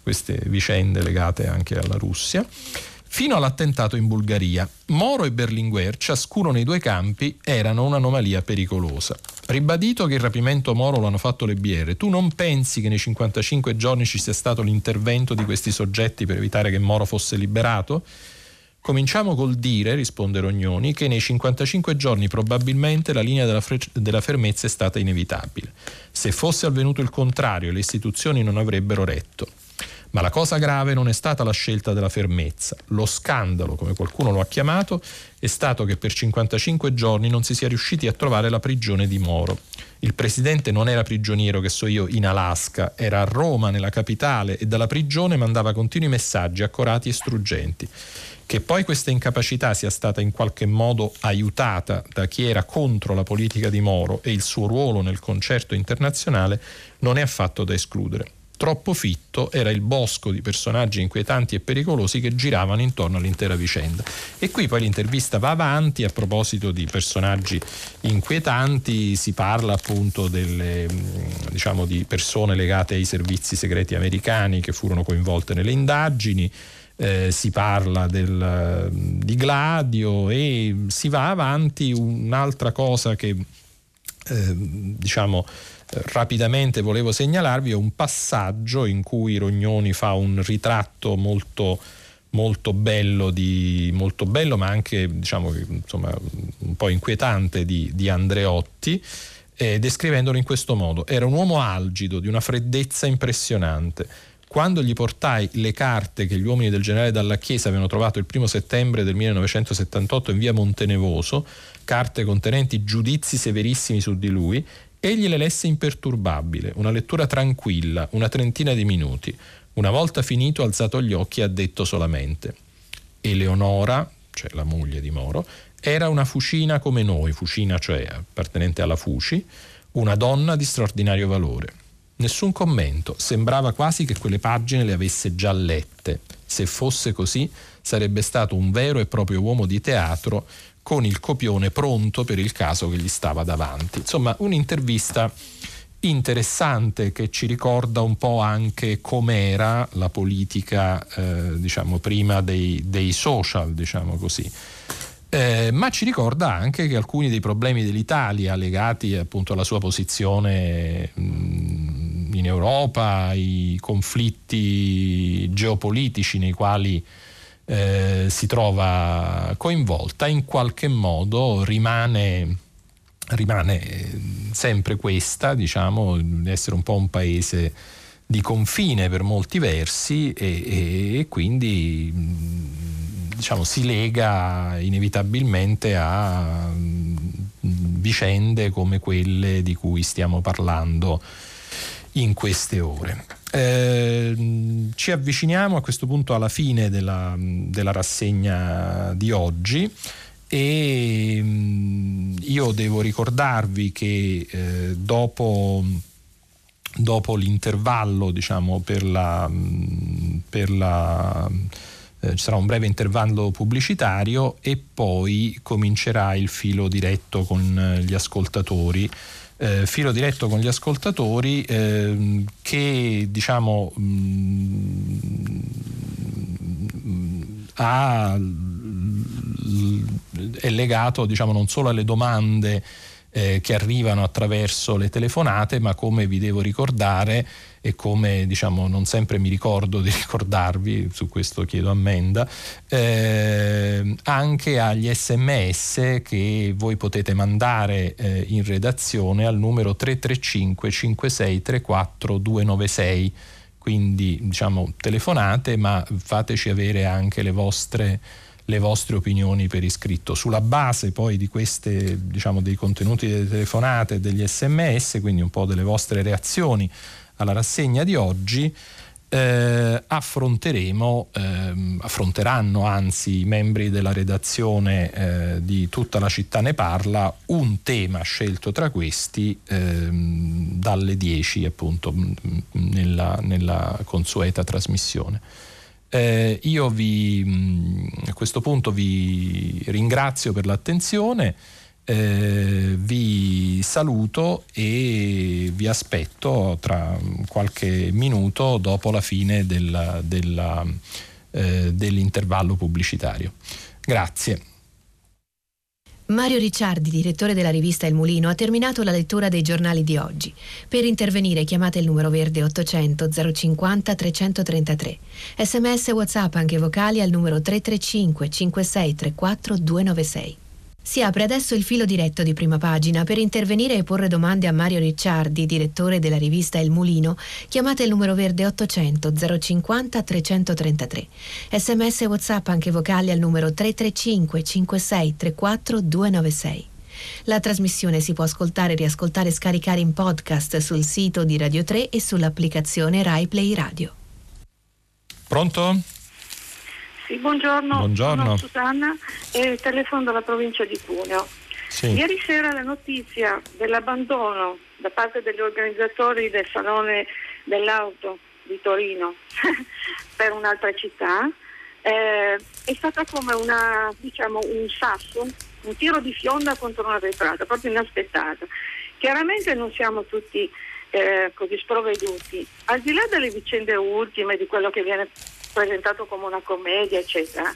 vicende legate anche alla Russia. Fino all'attentato in Bulgaria, Moro e Berlinguer, ciascuno nei due campi, erano un'anomalia pericolosa. Ribadito che il rapimento Moro lo hanno fatto le BR, tu non pensi che nei 55 giorni ci sia stato l'intervento di questi soggetti per evitare che Moro fosse liberato? Cominciamo col dire, risponde Rognoni, che nei 55 giorni probabilmente la linea della fermezza è stata inevitabile. Se fosse avvenuto il contrario, le istituzioni non avrebbero retto. Ma la cosa grave non è stata la scelta della fermezza. Lo scandalo, come qualcuno lo ha chiamato, è stato che per 55 giorni non si sia riusciti a trovare la prigione di Moro. Il presidente non era prigioniero, che so io, in Alaska, era a Roma, nella capitale, e dalla prigione mandava continui messaggi accorati e struggenti. Che poi questa incapacità sia stata in qualche modo aiutata da chi era contro la politica di Moro e il suo ruolo nel concerto internazionale non è affatto da escludere. Troppo fitto era il bosco di personaggi inquietanti e pericolosi che giravano intorno all'intera vicenda. E qui poi l'intervista va avanti. A proposito di personaggi inquietanti, si parla appunto delle, diciamo, di persone legate ai servizi segreti americani che furono coinvolte nelle indagini. Si parla di Gladio e si va avanti. Un'altra cosa che rapidamente volevo segnalarvi è un passaggio in cui Rognoni fa un ritratto molto bello, ma anche un po' inquietante di Andreotti, descrivendolo in questo modo: era un uomo algido, di una freddezza impressionante. Quando gli portai le carte che gli uomini del generale Dalla Chiesa avevano trovato il 1 settembre del 1978 in via Montenevoso, carte contenenti giudizi severissimi su di lui, egli le lesse imperturbabile, una lettura tranquilla, una trentina di minuti. Una volta finito, ha alzato gli occhi e ha detto solamente: Eleonora, cioè la moglie di Moro, era una fucina come noi, fucina cioè appartenente alla Fuci, una donna di straordinario valore. Nessun commento, sembrava quasi che quelle pagine le avesse già lette. Se fosse così, sarebbe stato un vero e proprio uomo di teatro, con il copione pronto per il caso che gli stava davanti. Insomma, un'intervista interessante che ci ricorda un po' anche com'era la politica, prima dei social, diciamo così. Ma ci ricorda anche che alcuni dei problemi dell'Italia legati appunto alla sua posizione in Europa, i conflitti geopolitici nei quali si trova coinvolta, in qualche modo rimane sempre questa, di essere un po' un paese di confine per molti versi e quindi si lega inevitabilmente a vicende come quelle di cui stiamo parlando in queste ore. Ci avviciniamo a questo punto alla fine della rassegna di oggi e io devo ricordarvi che dopo l'intervallo ci sarà un breve intervallo pubblicitario e poi comincerà il filo diretto con gli ascoltatori. Che è legato non solo alle domande che arrivano attraverso le telefonate, ma, come vi devo ricordare e come non sempre mi ricordo di ricordarvi, su questo chiedo ammenda, anche agli SMS che voi potete mandare in redazione al numero 335 56 34 296. Quindi telefonate, ma fateci avere anche le vostre opinioni per iscritto sulla base poi di queste dei contenuti delle telefonate e degli SMS, quindi un po' delle vostre reazioni alla rassegna di oggi. Affronteranno anzi i membri della redazione di Tutta la città ne parla un tema scelto tra questi dalle 10 appunto nella consueta trasmissione. Io a questo punto vi ringrazio per l'attenzione, vi saluto e vi aspetto tra qualche minuto dopo la fine dell'intervallo pubblicitario. Grazie. Mario Ricciardi, direttore della rivista Il Mulino, ha terminato la lettura dei giornali di oggi. Per intervenire chiamate il numero verde 800 050 333. SMS WhatsApp anche vocali al numero 335 56 34 296. Si apre adesso il filo diretto di Prima Pagina. Per intervenire e porre domande a Mario Ricciardi, direttore della rivista Il Mulino, chiamate il numero verde 800 050 333. SMS WhatsApp anche vocali al numero 335 56 34 296. La trasmissione si può ascoltare, riascoltare e scaricare in podcast sul sito di Radio 3 e sull'applicazione Rai Play Radio. Pronto? Sì, buongiorno. Buongiorno. Sono Susanna e telefono dalla provincia di Cuneo. Sì. Ieri sera la notizia dell'abbandono da parte degli organizzatori del Salone dell'Auto di Torino per un'altra città, è stata come un sasso, un tiro di fionda contro una vetrata, proprio inaspettata. Chiaramente non siamo tutti così sprovveduti, al di là delle vicende ultime, di quello che viene presentato come una commedia, eccetera.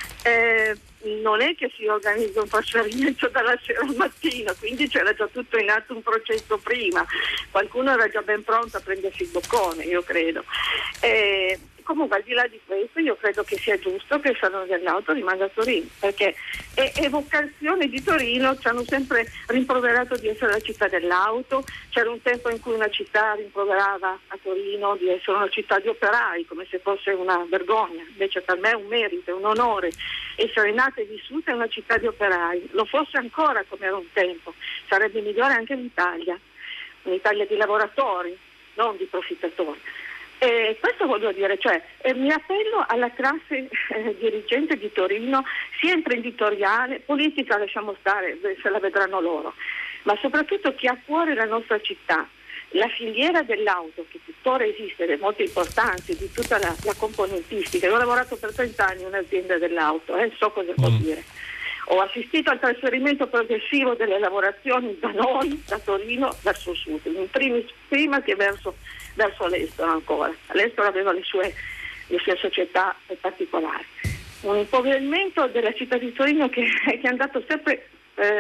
Non è che si organizza un trasferimento dalla sera al mattino, quindi c'era già tutto in atto, un processo prima, qualcuno era già ben pronto a prendersi il boccone, io credo. Comunque, al di là di questo, io credo che sia giusto che il Salone dell'Auto rimanga a Torino, perché evocazioni di Torino ci hanno sempre rimproverato di essere la città dell'auto. C'era un tempo in cui una città rimproverava a Torino di essere una città di operai, come se fosse una vergogna. Invece per me è un merito, è un onore essere nata e vissuta in una città di operai. Lo fosse ancora come era un tempo, sarebbe migliore anche l'Italia, un'Italia di lavoratori, non di profittatori. Questo voglio dire, cioè mi appello alla classe dirigente di Torino, sia imprenditoriale, politica lasciamo stare, se la vedranno loro, ma soprattutto chi ha a cuore la nostra città, la filiera dell'auto che tuttora esiste ed è molto importante, di tutta la componentistica. Io ho lavorato per 30 anni in un'azienda dell'auto, so cosa vuol dire. Ho assistito al trasferimento progressivo delle lavorazioni da noi, da Torino, verso il sud, in prima che verso l'estero ancora. L'estero aveva le sue società particolari. Un impoverimento della città di Torino che è andato sempre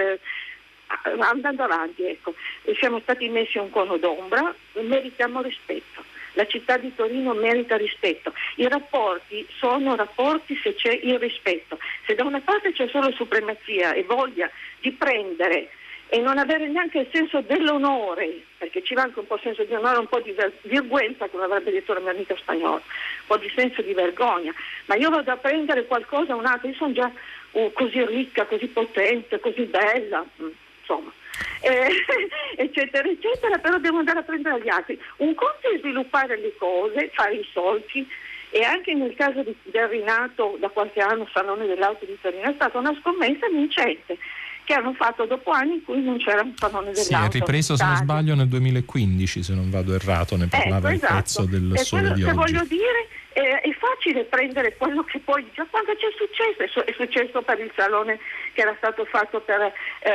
andando avanti, ecco. E siamo stati messi un cono d'ombra, meritiamo rispetto. La città di Torino merita rispetto. I rapporti sono rapporti se c'è il rispetto. Se da una parte c'è solo supremazia e voglia di prendere e non avere neanche il senso dell'onore, perché ci va anche un po' il senso di onore, un po' di vergüenza, come avrebbe detto la mia amica spagnola, un po' di senso di vergogna, ma io vado a prendere qualcosa, un altro, io sono già così ricca, così potente, così bella, insomma, eccetera, eccetera, però devo andare a prendere gli altri. Un conto è sviluppare le cose, fare i soldi, e anche nel caso del rinato da qualche anno Salone dell'Auto di Torino è stata una scommessa vincente, che hanno fatto dopo anni in cui non c'era un Salone dell'Auto. Sì, è ripreso, se non sbaglio, nel 2015, se non vado errato, ne parlava il pezzo del Sole di oggi. Voglio dire, è facile prendere quello che poi, già quando c'è successo, è successo per il salone che era stato fatto per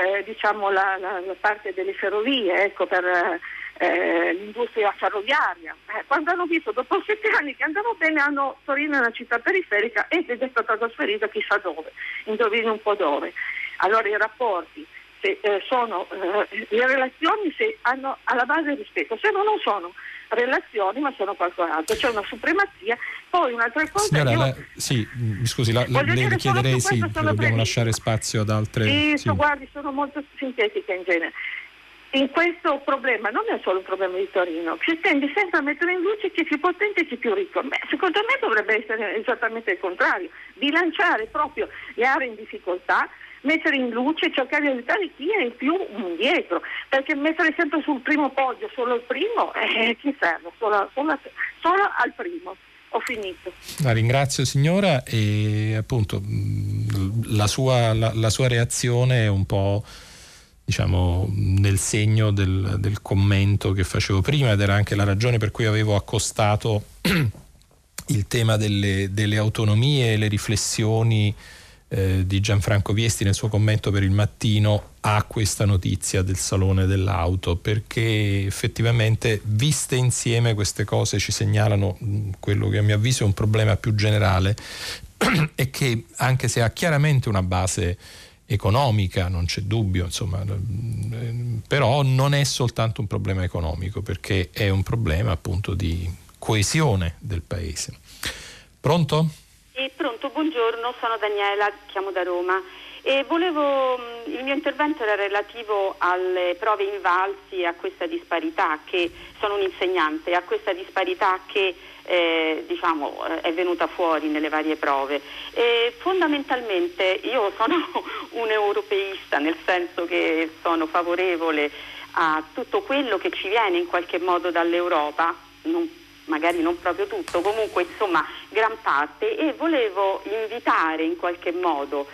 la parte delle ferrovie, ecco, per l'industria ferroviaria. Quando hanno visto dopo 7 anni che andava bene, Torino è una città periferica ed è stata trasferita chissà dove, indovini un po' dove. Allora i rapporti sono le relazioni, se hanno alla base rispetto, se no non sono relazioni ma sono qualcos'altro, c'è una supremazia. Poi un'altra cosa, signora, mi scusi, le chiederei, dobbiamo lasciare spazio ad altre. Guardi, sono molto sintetica in genere. In questo problema non è solo un problema di Torino, si tende sempre a mettere in luce chi è più potente e chi è più ricco. Secondo me dovrebbe essere esattamente il contrario, bilanciare proprio le aree in difficoltà, mettere in luce e cercare di aiutare chi è il più indietro, perché mettere sempre sul primo podio solo il primo, chi serve? Solo al primo. Ho finito. La ringrazio, signora, e appunto la sua reazione è un po', diciamo, nel segno del commento che facevo prima, ed era anche la ragione per cui avevo accostato il tema delle autonomie e le riflessioni di Gianfranco Viesti nel suo commento per Il Mattino a questa notizia del Salone dell'Auto, perché effettivamente viste insieme queste cose ci segnalano quello che a mio avviso è un problema più generale e che, anche se ha chiaramente una base economica, non c'è dubbio, insomma, però non è soltanto un problema economico, perché è un problema appunto di coesione del paese. Pronto? Pronto, buongiorno, sono Daniela, chiamo da Roma e il mio intervento era relativo alle prove invalsi e a questa disparità, che sono un insegnante, a questa disparità che è venuta fuori nelle varie prove. Fondamentalmente io sono un europeista, nel senso che sono favorevole a tutto quello che ci viene in qualche modo dall'Europa, magari non proprio tutto, comunque insomma gran parte, e volevo invitare in qualche modo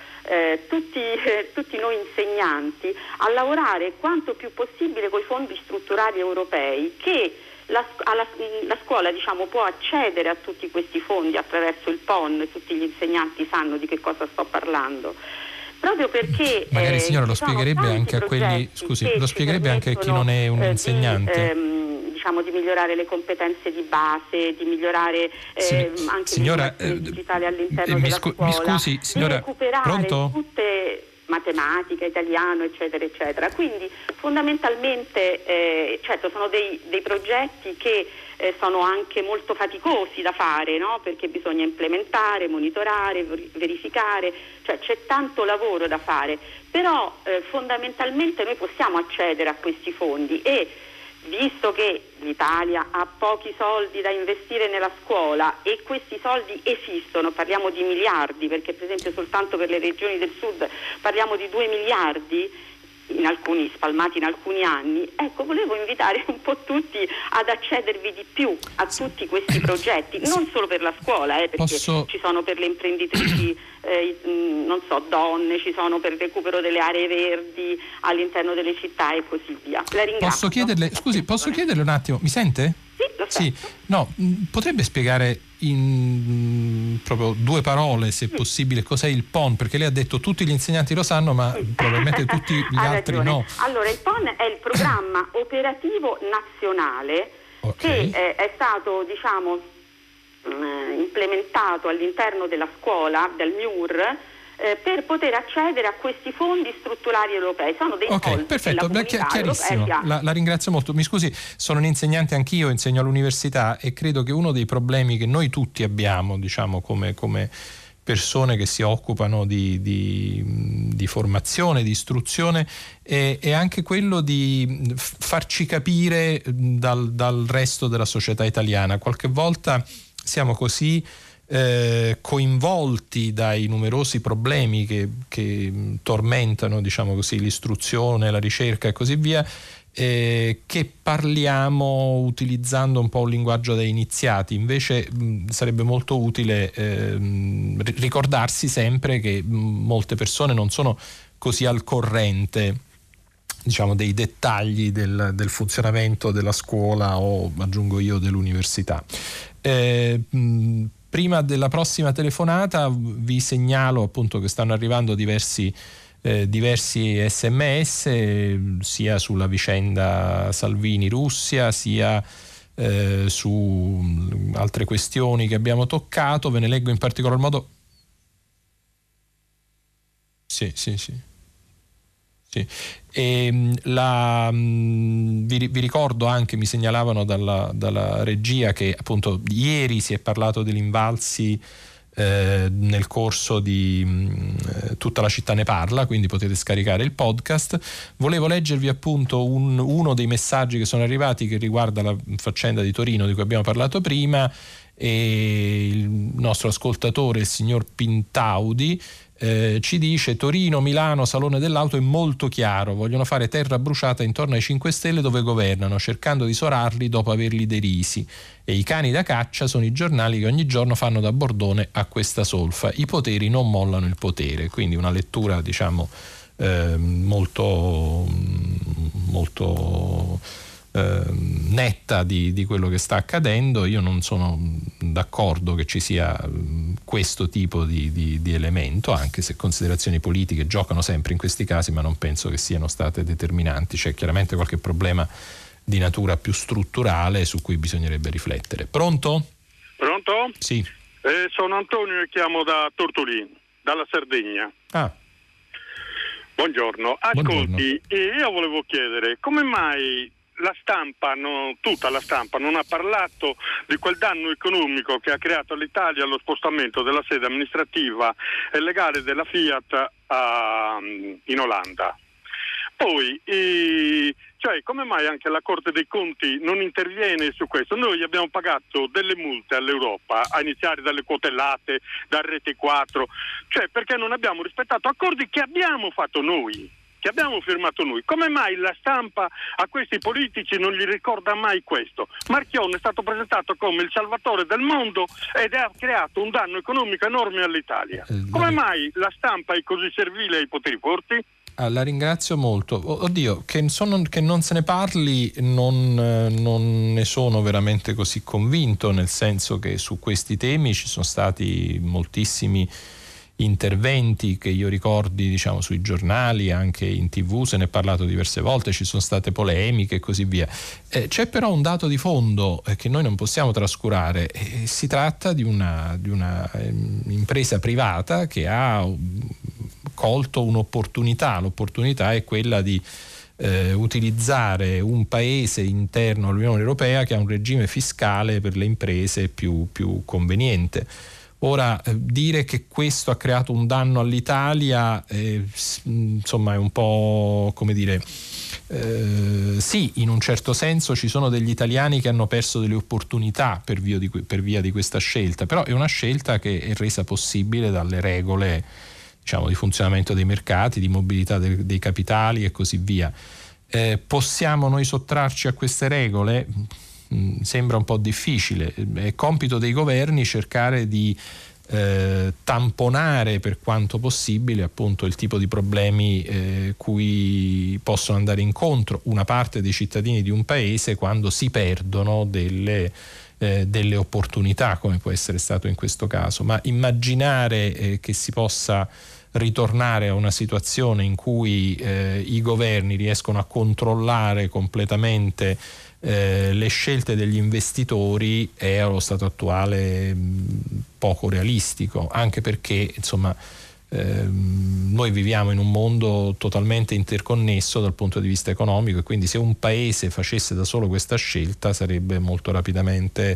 tutti noi insegnanti a lavorare quanto più possibile con i fondi strutturali europei, che la scuola, diciamo, può accedere a tutti questi fondi attraverso il PON, tutti gli insegnanti sanno di che cosa sto parlando. Proprio perché magari signora lo spiegherebbe anche a quelli, scusi, lo spiegherebbe anche a chi non è un insegnante. Diciamo di migliorare le competenze di base, di migliorare anche signora, il digitale all'interno della scuola. Mi scusi, signora, di recuperare pronto? tutte matematica, italiano, eccetera, eccetera. Quindi fondamentalmente certo sono dei progetti che sono anche molto faticosi da fare, no? Perché bisogna implementare, monitorare, verificare, cioè c'è tanto lavoro da fare, però fondamentalmente noi possiamo accedere a questi fondi e visto che l'Italia ha pochi soldi da investire nella scuola e questi soldi esistono, parliamo di miliardi, perché per esempio soltanto per le regioni del sud parliamo di 2 miliardi spalmati in alcuni anni, ecco, volevo invitare un po' tutti ad accedervi di più a tutti questi progetti, non solo per la scuola, perché ci sono per le imprenditrici, non so, donne, ci sono per il recupero delle aree verdi all'interno delle città e così via. La ringrazio. Posso chiederle un attimo, mi sente? Sì, lo sento. Sì. No, potrebbe spiegare in proprio 2 parole, se possibile, cos'è il PON? Perché lei ha detto tutti gli insegnanti lo sanno, ma probabilmente tutti gli altri ragione. no. Allora, il PON è il programma operativo nazionale che è stato, diciamo, implementato all'interno della scuola, del MIUR, per poter accedere a questi fondi strutturali europei. Sono dei soldi perfetto, della chiarissimo. La ringrazio molto. Mi scusi, sono un insegnante anch'io, insegno all'università e credo che uno dei problemi che noi tutti abbiamo, diciamo, come persone che si occupano di formazione, di istruzione, è anche quello di farci capire dal resto della società italiana. Qualche volta siamo così coinvolti dai numerosi problemi che tormentano, diciamo così, l'istruzione, la ricerca e così via, che parliamo utilizzando un po' un linguaggio da iniziati. Invece sarebbe molto utile ricordarsi sempre che molte persone non sono così al corrente, diciamo, dei dettagli del funzionamento della scuola o, aggiungo io, dell'università. Prima della prossima telefonata vi segnalo appunto che stanno arrivando diversi SMS, sia sulla vicenda Salvini-Russia, sia su altre questioni che abbiamo toccato. Ve ne leggo in particolar modo. Sì. E vi ricordo anche, mi segnalavano dalla regia, che appunto ieri si è parlato degli invalsi nel corso di Tutta la città ne parla, quindi potete scaricare il podcast. Volevo leggervi appunto uno dei messaggi che sono arrivati, che riguarda la faccenda di Torino di cui abbiamo parlato prima, e il nostro ascoltatore, il signor Pintaudi, ci dice: Torino, Milano, Salone dell'Auto è molto chiaro, vogliono fare terra bruciata intorno ai 5 Stelle dove governano, cercando di isolarli dopo averli derisi, e i cani da caccia sono i giornali che ogni giorno fanno da bordone a questa solfa, i poteri non mollano il potere. Quindi una lettura, diciamo, molto netta di quello che sta accadendo. Io non sono d'accordo che ci sia questo tipo di elemento, anche se considerazioni politiche giocano sempre in questi casi, ma non penso che siano state determinanti. C'è chiaramente qualche problema di natura più strutturale su cui bisognerebbe riflettere. Pronto? Pronto? Sì. Sono Antonio e chiamo da Tortolì, dalla Sardegna. Buongiorno. Ascolti, io volevo chiedere come mai la stampa, tutta la stampa, non ha parlato di quel danno economico che ha creato all'Italia lo spostamento della sede amministrativa e legale della Fiat in Olanda. Poi, cioè, come mai anche la Corte dei Conti non interviene su questo? Noi abbiamo pagato delle multe all'Europa, a iniziare dalle quote latte, da Rete 4, cioè perché non abbiamo rispettato accordi che abbiamo fatto noi, che abbiamo firmato noi. Come mai la stampa a questi politici non gli ricorda mai questo? Marchionne è stato presentato come il salvatore del mondo ed ha creato un danno economico enorme all'Italia. Come mai la stampa è così servile ai poteri forti? la ringrazio molto. Oddio, che non se ne parli non ne sono veramente così convinto, nel senso che su questi temi ci sono stati moltissimi interventi che io ricordi, diciamo, sui giornali, anche in TV se ne è parlato diverse volte, ci sono state polemiche e così via. C'è però un dato di fondo che noi non possiamo trascurare. Si tratta di una impresa privata che ha colto un'opportunità. L'opportunità è quella di utilizzare un paese interno all'Unione Europea che ha un regime fiscale per le imprese più conveniente. Ora, dire che questo ha creato un danno all'Italia, insomma, è un po', come dire, sì, in un certo senso ci sono degli italiani che hanno perso delle opportunità per via di questa scelta, però è una scelta che è resa possibile dalle regole, diciamo, di funzionamento dei mercati, di mobilità dei capitali e così via. Possiamo noi sottrarci a queste regole? Sembra un po' difficile. È compito dei governi cercare di tamponare per quanto possibile appunto il tipo di problemi cui possono andare incontro una parte dei cittadini di un paese quando si perdono delle opportunità, come può essere stato in questo caso. Ma immaginare che si possa ritornare a una situazione in cui i governi riescono a controllare completamente le scelte degli investitori è allo stato attuale poco realistico, anche perché insomma noi viviamo in un mondo totalmente interconnesso dal punto di vista economico, e quindi se un paese facesse da solo questa scelta sarebbe molto rapidamente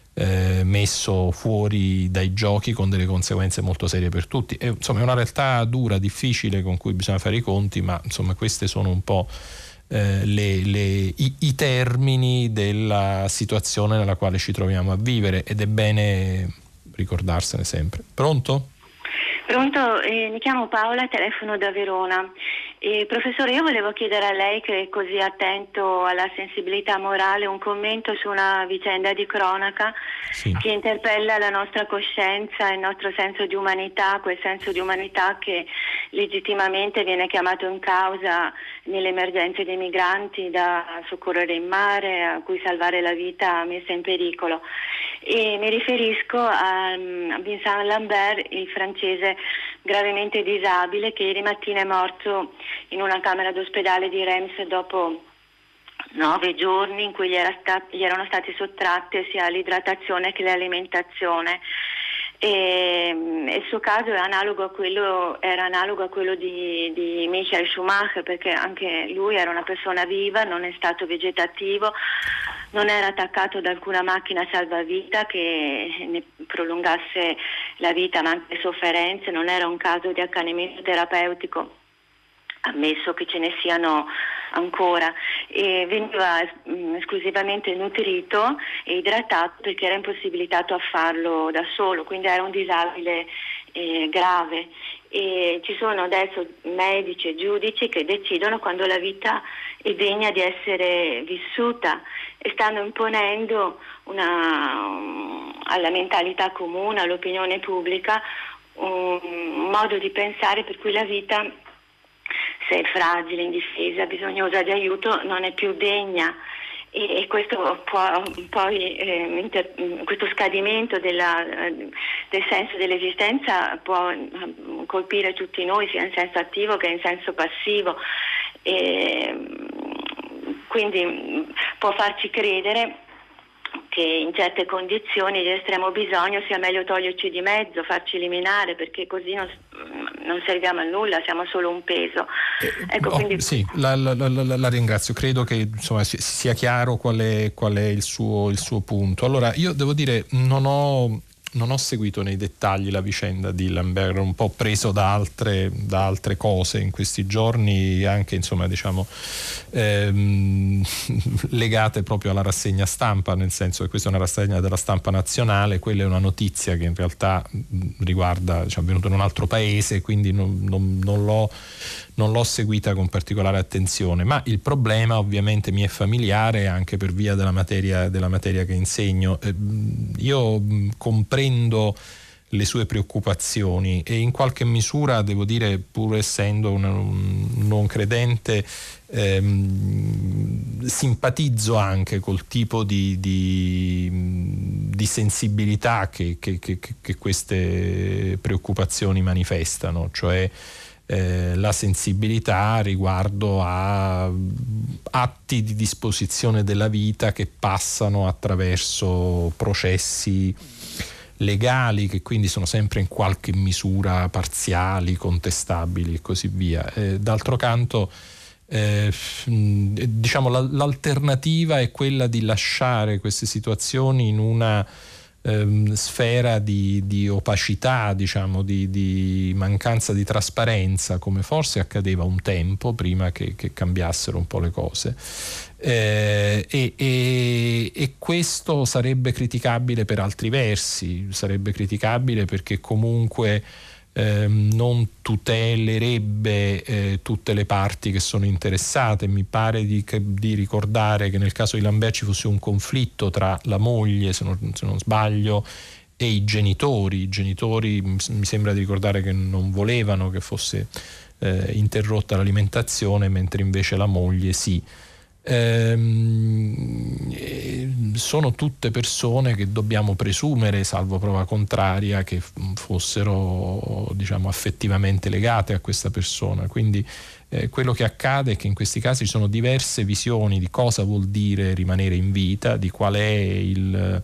messo fuori dai giochi, con delle conseguenze molto serie per tutti. Insomma, è una realtà dura, difficile, con cui bisogna fare i conti, ma insomma queste sono un po' i termini della situazione nella quale ci troviamo a vivere, ed è bene ricordarsene sempre. Pronto? Pronto, mi chiamo Paola, telefono da Verona. Professore, io volevo chiedere a lei, che è così attento alla sensibilità morale, un commento su una vicenda di cronaca che interpella la nostra coscienza, il nostro senso di umanità, quel senso di umanità che legittimamente viene chiamato in causa nelle emergenze dei migranti, da soccorrere in mare, a cui salvare la vita messa in pericolo. E mi riferisco a Vincent Lambert, il francese gravemente disabile, che ieri mattina è morto in una camera d'ospedale di Reims dopo 9 giorni in cui gli erano state sottratte sia l'idratazione che l'alimentazione. E il suo caso era analogo a quello di Michael Schumacher, perché anche lui era una persona viva, non è stato vegetativo, non era attaccato ad alcuna macchina salvavita che ne prolungasse la vita, ma anche le sofferenze, non era un caso di accanimento terapeutico, ammesso che ce ne siano ancora, e veniva esclusivamente nutrito e idratato perché era impossibilitato a farlo da solo, quindi era un disabile grave. E ci sono adesso medici e giudici che decidono quando la vita è degna di essere vissuta, e stanno imponendo alla mentalità comune, all'opinione pubblica, un modo di pensare per cui la vita, se è fragile, indifesa, bisognosa di aiuto, non è più degna. E questo questo scadimento del senso dell'esistenza può colpire tutti noi, sia in senso attivo che in senso passivo, quindi può farci credere che in certe condizioni di estremo bisogno sia meglio toglierci di mezzo, farci eliminare, perché così non serviamo a nulla, siamo solo un peso. Ecco, quindi... Sì, la ringrazio. Credo che insomma sia chiaro qual è il suo punto. Allora, io devo dire, non ho seguito nei dettagli la vicenda di Lambert, ero un po' preso da altre cose in questi giorni, anche insomma diciamo legate proprio alla rassegna stampa, nel senso che questa è una rassegna della stampa nazionale, quella è una notizia che in realtà riguarda, diciamo, venuto in un altro paese, quindi non l'ho seguita con particolare attenzione, ma il problema ovviamente mi è familiare anche per via della materia che insegno. Io comprendo le sue preoccupazioni, e in qualche misura, devo dire, pur essendo un non credente, simpatizzo anche col tipo di sensibilità che queste preoccupazioni manifestano, cioè la sensibilità riguardo a atti di disposizione della vita che passano attraverso processi legali, che quindi sono sempre in qualche misura parziali, contestabili e così via. D'altro canto, diciamo, l'alternativa è quella di lasciare queste situazioni in una sfera di opacità, diciamo, di mancanza di trasparenza, come forse accadeva un tempo prima che cambiassero un po' le cose, e questo sarebbe criticabile per altri versi, sarebbe criticabile perché comunque non tutelerebbe tutte le parti che sono interessate. Mi pare di ricordare che nel caso di Lambert ci fosse un conflitto tra la moglie, se non sbaglio, e i genitori. I genitori mi sembra di ricordare che non volevano che fosse interrotta l'alimentazione, mentre invece la moglie sì. Sono tutte persone che dobbiamo presumere, salvo prova contraria, che fossero, diciamo, affettivamente legate a questa persona. Quindi quello che accade è che in questi casi ci sono diverse visioni di cosa vuol dire rimanere in vita, di qual è il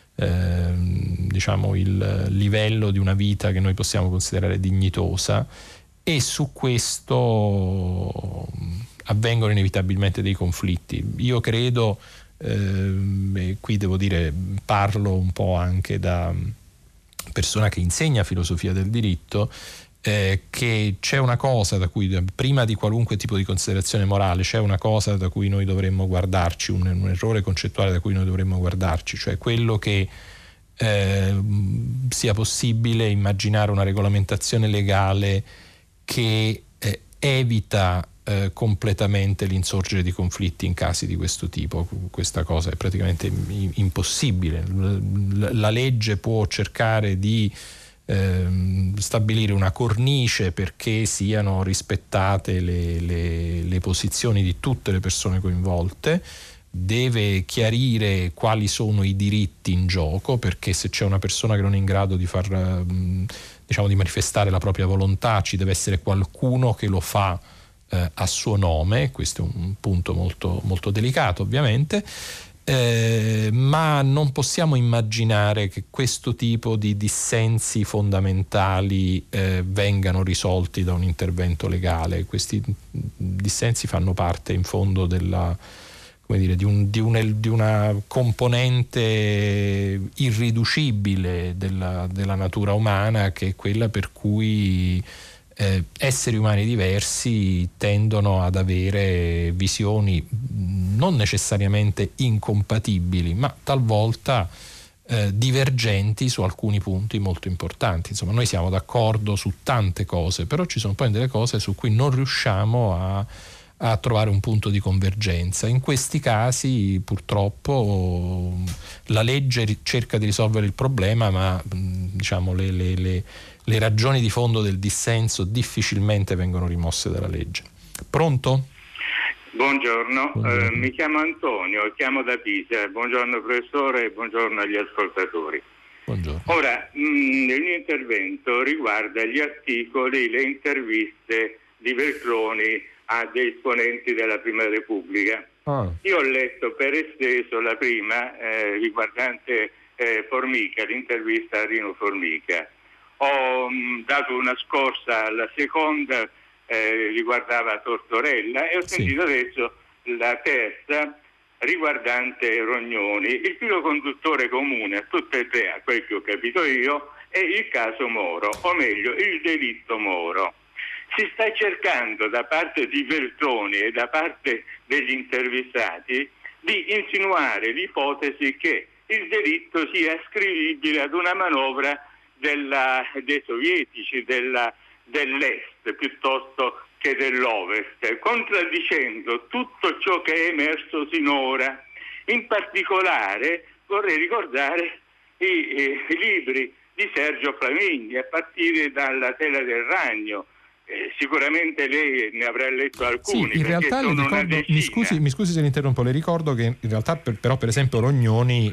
livello di una vita che noi possiamo considerare dignitosa, e su questo avvengono inevitabilmente dei conflitti. Io credo, e qui devo dire, parlo un po' anche da persona che insegna filosofia del diritto, che c'è una cosa da cui, prima di qualunque tipo di considerazione morale, c'è una cosa da cui noi dovremmo guardarci, un errore concettuale da cui noi dovremmo guardarci, cioè quello che sia possibile immaginare una regolamentazione legale che evita completamente l'insorgere di conflitti in casi di questo tipo. Questa cosa è praticamente impossibile. La legge può cercare di stabilire una cornice perché siano rispettate le posizioni di tutte le persone coinvolte, deve chiarire quali sono i diritti in gioco, perché se c'è una persona che non è in grado di far, diciamo, di manifestare la propria volontà, ci deve essere qualcuno che lo fa a suo nome. Questo è un punto molto, molto delicato, ovviamente, ma non possiamo immaginare che questo tipo di dissensi fondamentali vengano risolti da un intervento legale. Questi dissensi fanno parte, in fondo, di una componente irriducibile della natura umana, che è quella per cui esseri umani diversi tendono ad avere visioni non necessariamente incompatibili, ma talvolta divergenti su alcuni punti molto importanti. Insomma, noi siamo d'accordo su tante cose, però ci sono poi delle cose su cui non riusciamo a trovare un punto di convergenza. In questi casi, purtroppo, la legge cerca di risolvere il problema, ma diciamo le ragioni di fondo del dissenso difficilmente vengono rimosse dalla legge. Pronto? Buongiorno. Mi chiamo Antonio, chiamo da Pisa. Buongiorno professore e buongiorno agli ascoltatori. Buongiorno. Ora, il mio intervento riguarda gli articoli, le interviste di Veltroni a dei esponenti della Prima Repubblica. Io ho letto per esteso la prima riguardante Formica, l'intervista a Rino Formica. Ho dato una scorsa alla seconda, riguardava Tortorella, e ho sentito adesso la terza riguardante Rognoni. Il filo conduttore comune a tutte e tre, a quel che ho capito io, è il caso Moro, o meglio il delitto Moro. Si sta cercando da parte di Veltroni e da parte degli intervistati di insinuare l'ipotesi che il delitto sia ascrivibile ad una manovra dei sovietici, dell'est piuttosto che dell'ovest, contraddicendo tutto ciò che è emerso sinora. In particolare vorrei ricordare i libri di Sergio Flamigni, a partire dalla Tela del Ragno. Sicuramente lei ne avrà letto alcuni. Sì, in realtà le ricordo, mi scusi se le interrompo, le ricordo che in realtà però per esempio Rognoni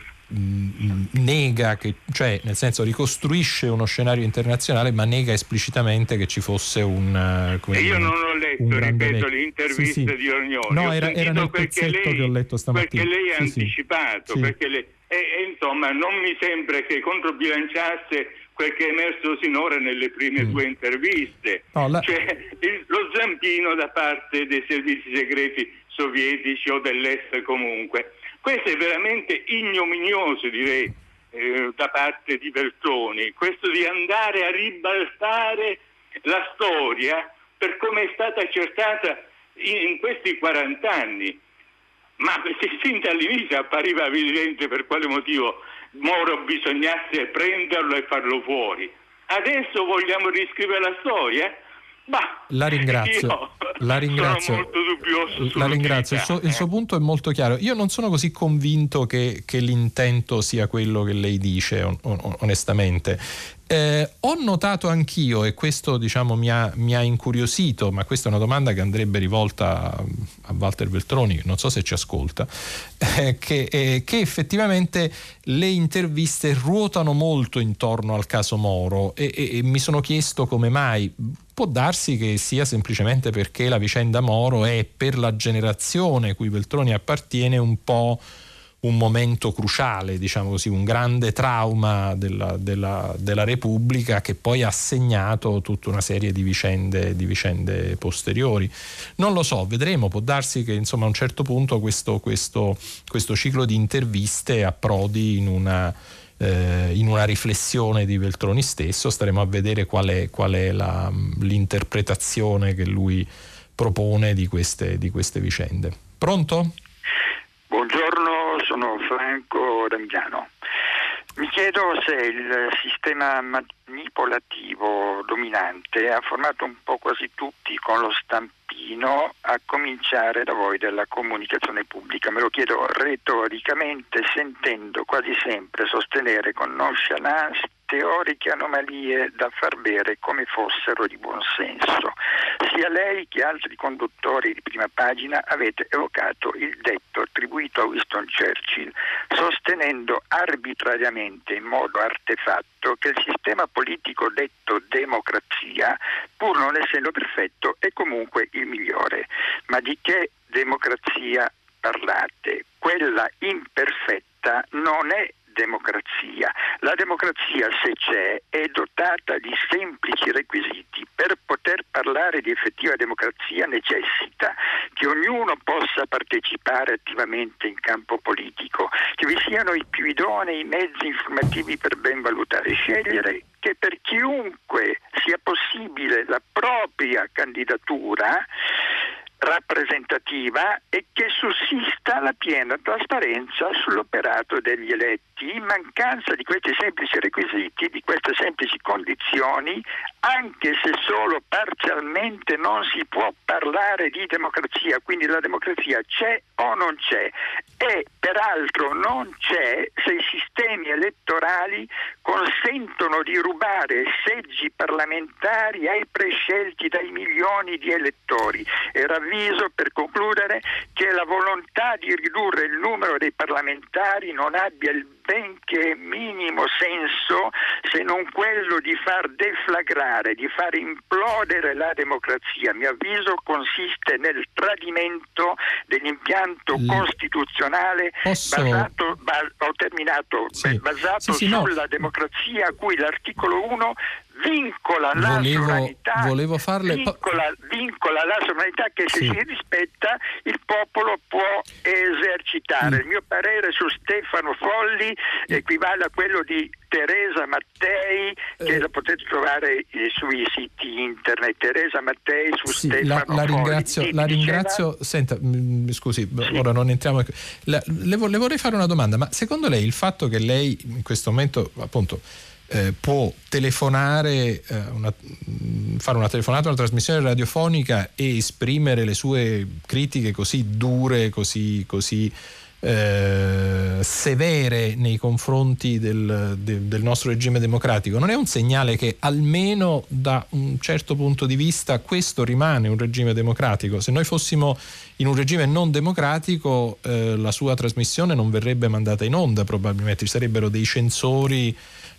nega che, cioè nel senso ricostruisce uno scenario internazionale ma nega esplicitamente che ci fosse un io non ho letto, ripeto, l'intervista di Rognoni. No, era nel pezzetto che ho letto stamattina. Perché lei ha anticipato, perché lei, insomma non mi sembra che controbilanciasse quel che è emerso sinora nelle prime due interviste, cioè lo zampino da parte dei servizi segreti sovietici o dell'est comunque. Questo è veramente ignominioso, direi, da parte di Veltroni, questo di andare a ribaltare la storia per come è stata accertata in questi 40 anni. Ma sin dall'inizio appariva evidente per quale motivo Moro bisognasse prenderlo e farlo fuori. Adesso vogliamo riscrivere la storia? La ringrazio. Sono molto dubbioso. La ringrazio. Il suo punto è molto chiaro. Io non sono così convinto che l'intento sia quello che lei dice, onestamente. Ho notato anch'io, e questo diciamo mi ha incuriosito, ma questa è una domanda che andrebbe rivolta a Walter Veltroni, che non so se ci ascolta, che effettivamente le interviste ruotano molto intorno al caso Moro e mi sono chiesto come mai. Può darsi che sia semplicemente perché la vicenda Moro è, per la generazione cui Veltroni appartiene, un po' un momento cruciale, diciamo così, un grande trauma della Repubblica che poi ha segnato tutta una serie di vicende posteriori. Non lo so, vedremo, può darsi che insomma a un certo punto questo ciclo di interviste approdi in una riflessione di Veltroni stesso. Staremo a vedere qual è l'interpretazione che lui propone di queste vicende. Pronto? Buongiorno, sono Franco Damiano. Mi chiedo se il sistema manipolativo dominante ha formato un po' quasi tutti con lo stampino, a cominciare da voi della comunicazione pubblica. Me lo chiedo retoricamente, sentendo quasi sempre sostenere con nonchalance teoriche anomalie da far bere come fossero di buon senso. Sia lei che altri conduttori di prima pagina avete evocato il detto attribuito a Winston Churchill, sostenendo arbitrariamente, in modo artefatto, che il sistema politico detto democrazia, pur non essendo perfetto, è comunque il migliore. Ma di che democrazia parlate? Quella imperfetta non è democrazia. La democrazia, se c'è, è dotata di semplici requisiti. Per poter parlare di effettiva democrazia necessita che ognuno possa partecipare attivamente in campo politico, che vi siano i più idonei mezzi informativi per ben valutare e scegliere, che per chiunque sia possibile la propria candidatura rappresentativa e che sussista la piena trasparenza sull'operato degli eletti. In mancanza di questi semplici requisiti, di queste semplici condizioni, anche se solo parzialmente, non si può parlare di democrazia. Quindi la democrazia c'è o non c'è, e peraltro non c'è se i sistemi elettorali consentono di rubare seggi parlamentari ai prescelti dai milioni di elettori. E ravviso, per concludere, che la volontà di ridurre il numero dei parlamentari non abbia il benché minimo senso, se non quello di far deflagrare, di far implodere la democrazia. A mio avviso consiste nel tradimento dell'impianto costituzionale basato sulla democrazia, a cui l'articolo 1 vincola la sovranità, vincola la sovranità che se si rispetta il popolo può esercitare. Il mio parere su Stefano Folli equivale a quello di Teresa Mattei, che la potete trovare sui siti internet. Teresa Mattei su Stefano Folli. La ringrazio. Senta, scusi, ora non entriamo. Le vorrei fare una domanda, ma secondo lei il fatto che lei in questo momento appunto può telefonare, fare una telefonata, una trasmissione radiofonica e esprimere le sue critiche così dure, così severe nei confronti del nostro regime democratico, non è un segnale che almeno da un certo punto di vista questo rimane un regime democratico? Se noi fossimo in un regime non democratico, la sua trasmissione non verrebbe mandata in onda, probabilmente ci sarebbero dei censori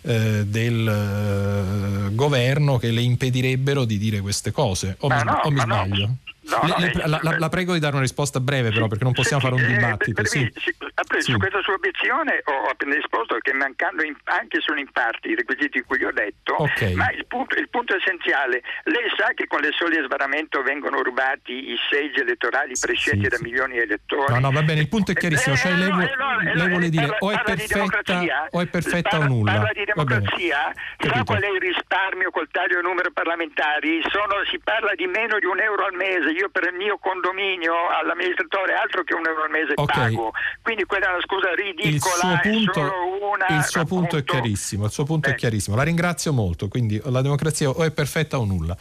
del governo che le impedirebbero di dire queste cose, o mi sbaglio? La prego di dare una risposta breve, però, perché non possiamo fare un dibattito. Su questa sua obiezione ho appena risposto che mancando anche solo in parte i requisiti di cui ho detto, ma il punto essenziale, lei sa che con le soglie di sbarramento vengono rubati i seggi elettorali prescelti da milioni di elettori? No, va bene, il punto è chiarissimo, cioè lei vuole dire o è perfetta o nulla. Parla di democrazia, sa qual è il risparmio col taglio del numero parlamentari? Si parla di meno di €1 al mese. Io per il mio condominio all'amministratore altro che €1 al mese pago, quindi quella è una scusa ridicola. Il suo punto è chiarissimo, è chiarissimo, la ringrazio molto. Quindi la democrazia o è perfetta o nulla.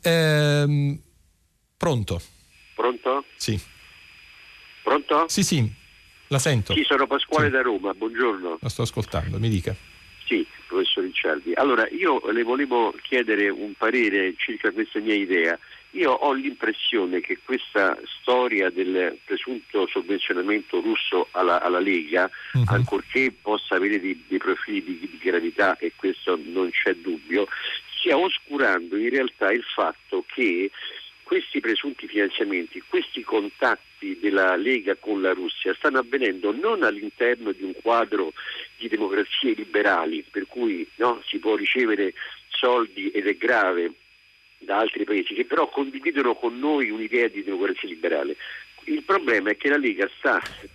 Pronto? Sì. Pronto? Sì, la sento. Sì, sono Pasquale da Roma, buongiorno. La sto ascoltando, mi dica. Sì, professor Ricciardi. Allora, io le volevo chiedere un parere circa questa mia idea. Io ho l'impressione che questa storia del presunto sovvenzionamento russo alla Lega, ancorché possa avere dei profili di gravità, e questo non c'è dubbio, stia oscurando in realtà il fatto che questi presunti finanziamenti, questi contatti della Lega con la Russia stanno avvenendo non all'interno di un quadro di democrazie liberali, per cui si può ricevere soldi ed è grave, da altri paesi che però condividono con noi un'idea di democrazia liberale. Il problema è che la Lega sta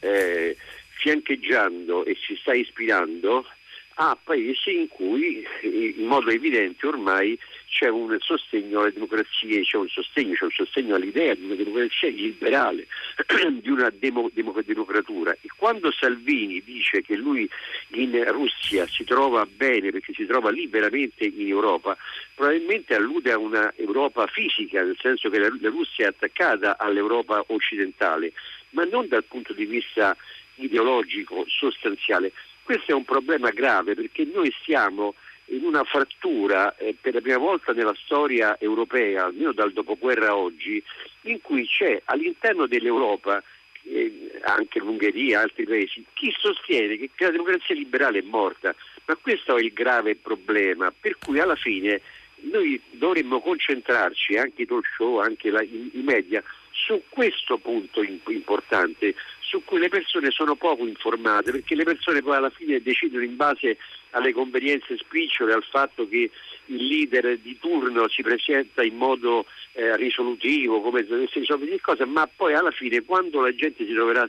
fiancheggiando e si sta ispirando a paesi in cui in modo evidente ormai c'è un sostegno alle democrazie, c'è un sostegno all'idea di una democrazia liberale, di una democratura. E quando Salvini dice che lui in Russia si trova bene perché si trova liberamente in Europa, probabilmente allude a una Europa fisica, nel senso che la Russia è attaccata all'Europa occidentale, ma non dal punto di vista ideologico, sostanziale. Questo è un problema grave perché noi siamo in una frattura per la prima volta nella storia europea, almeno dal dopoguerra a oggi, in cui c'è all'interno dell'Europa, anche l'Ungheria, altri paesi, chi sostiene che la democrazia liberale è morta. Ma questo è il grave problema, per cui alla fine noi dovremmo concentrarci, anche i talk show, anche i media, su questo punto importante, su cui le persone sono poco informate, perché le persone poi alla fine decidono in base alle convenienze spicciole, al fatto che il leader di turno si presenta in modo risolutivo, come se si risolve di cosa, ma poi alla fine quando la gente si troverà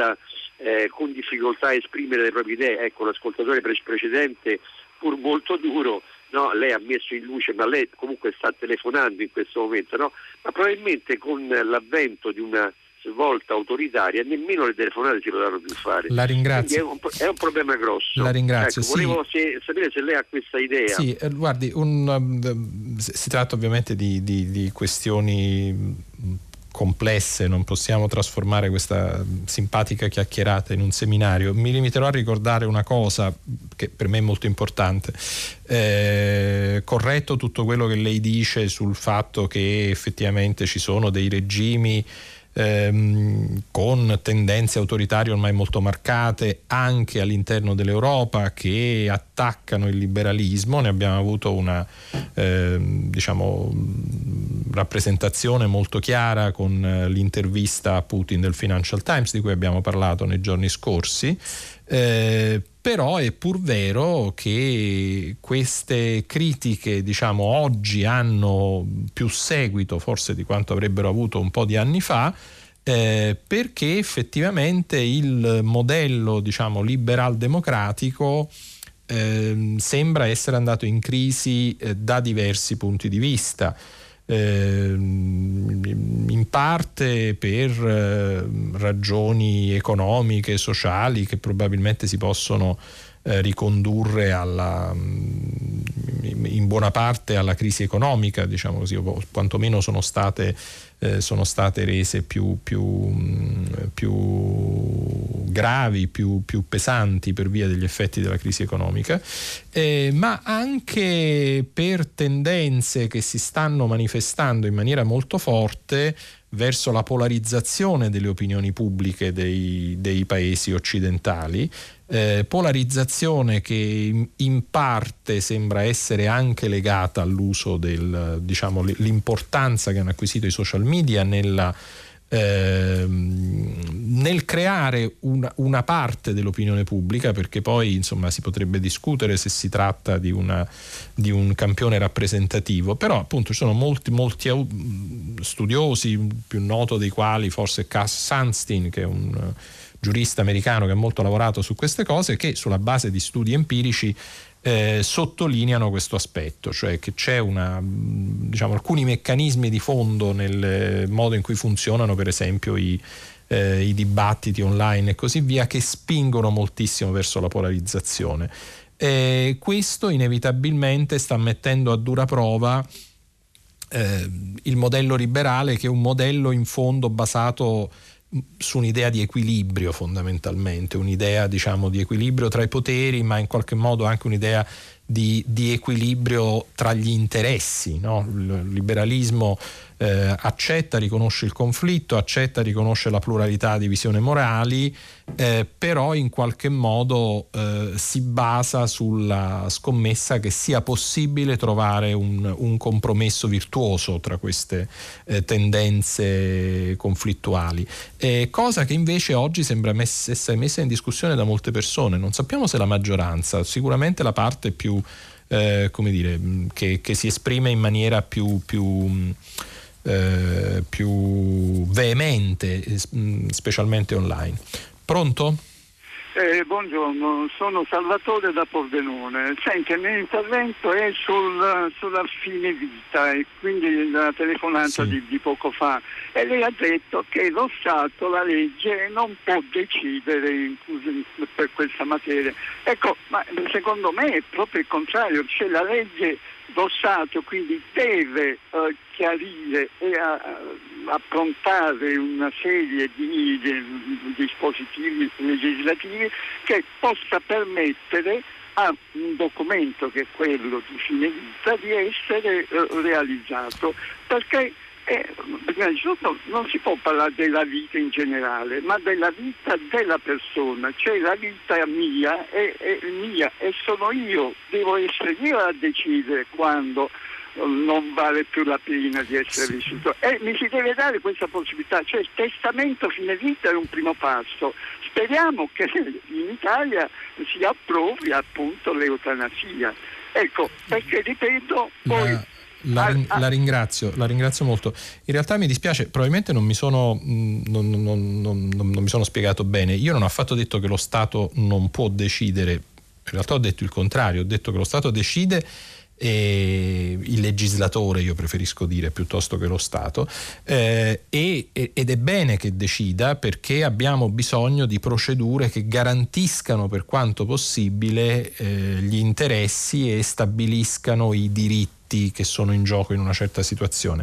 con difficoltà a esprimere le proprie idee, ecco, l'ascoltatore precedente, pur molto duro, lei ha messo in luce, ma lei comunque sta telefonando in questo momento, ma probabilmente con l'avvento di una svolta autoritaria nemmeno le telefonate si potranno più fare. La ringrazio. È un problema grosso. La ringrazio. Ecco, volevo sapere se lei ha questa idea. Sì, guardi, si tratta ovviamente di questioni complesse, non possiamo trasformare questa simpatica chiacchierata in un seminario. Mi limiterò a ricordare una cosa che per me è molto importante. Corretto tutto quello che lei dice sul fatto che effettivamente ci sono dei regimi con tendenze autoritarie ormai molto marcate anche all'interno dell'Europa che attaccano il liberalismo. Ne abbiamo avuto una rappresentazione molto chiara con l'intervista a Putin del Financial Times di cui abbiamo parlato nei giorni scorsi. Però è pur vero che queste critiche oggi hanno più seguito forse di quanto avrebbero avuto un po' di anni fa, perché effettivamente il modello liberal democratico sembra essere andato in crisi da diversi punti di vista. In parte per ragioni economiche, sociali, che probabilmente si possono ricondurre in buona parte alla crisi economica, diciamo così, o quantomeno sono state rese più gravi, più pesanti per via degli effetti della crisi economica, ma anche per tendenze che si stanno manifestando in maniera molto forte verso la polarizzazione delle opinioni pubbliche dei paesi occidentali, polarizzazione che in parte sembra essere anche legata all'uso l'importanza che hanno acquisito i social media nel creare una parte dell'opinione pubblica, perché poi insomma si potrebbe discutere se si tratta di un campione rappresentativo, però appunto ci sono molti studiosi, più noto dei quali forse Cass Sunstein, che è un giurista americano che ha molto lavorato su queste cose, che sulla base di studi empirici sottolineano questo aspetto, cioè che c'è alcuni meccanismi di fondo nel modo in cui funzionano per esempio i dibattiti online e così via, che spingono moltissimo verso la polarizzazione. Questo inevitabilmente sta mettendo a dura prova il modello liberale, che è un modello in fondo basato su un'idea di equilibrio, fondamentalmente un'idea di equilibrio tra i poteri, ma in qualche modo anche un'idea di equilibrio tra gli interessi, no? Il liberalismo accetta, riconosce il conflitto, accetta, riconosce la pluralità di visioni morali, però in qualche modo si basa sulla scommessa che sia possibile trovare un compromesso virtuoso tra queste tendenze conflittuali, cosa che invece oggi sembra essere messa in discussione da molte persone. Non sappiamo se la maggioranza, sicuramente la parte più che si esprime in maniera più veemente, specialmente online. Pronto? Buongiorno, sono Salvatore da Pordenone. Senti, il mio intervento è sulla fine vita, e quindi la telefonata di poco fa. E lei ha detto che lo Stato, la legge, non può decidere per questa materia. Ecco, ma secondo me è proprio il contrario, cioè la legge, lo Stato quindi deve chiarire e approntare una serie di dispositivi legislativi che possa permettere a un documento che è quello di fine vita di essere realizzato, perché prima di tutto non si può parlare della vita in generale, ma della vita della persona, cioè la vita mia è mia e sono io, devo essere io a decidere quando non vale più la pena di essere vissuto, e mi si deve dare questa possibilità, cioè il testamento fine vita è un primo passo. Speriamo che in Italia si approvi appunto l'eutanasia, ecco, perché ripeto poi la ringrazio molto. In realtà mi dispiace, probabilmente non mi sono spiegato bene. Io non ho affatto detto che lo Stato non può decidere, in realtà ho detto il contrario, ho detto che lo Stato decide, il legislatore, io preferisco dire, piuttosto che lo Stato, ed è bene che decida, perché abbiamo bisogno di procedure che garantiscano per quanto possibile gli interessi e stabiliscano i diritti che sono in gioco in una certa situazione.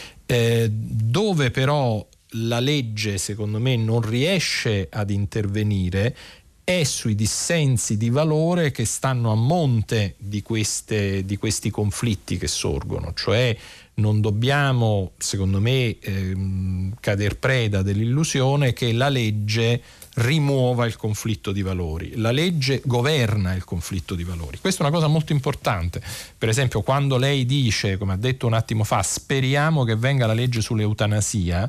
Dove però la legge, secondo me, non riesce ad intervenire è sui dissensi di valore che stanno a monte di questi conflitti che sorgono. Cioè non dobbiamo, secondo me, cader preda dell'illusione che la legge rimuova il conflitto di valori. La legge governa il conflitto di valori. Questa è una cosa molto importante. Per esempio, quando lei dice, come ha detto un attimo fa, speriamo che venga la legge sull'eutanasia,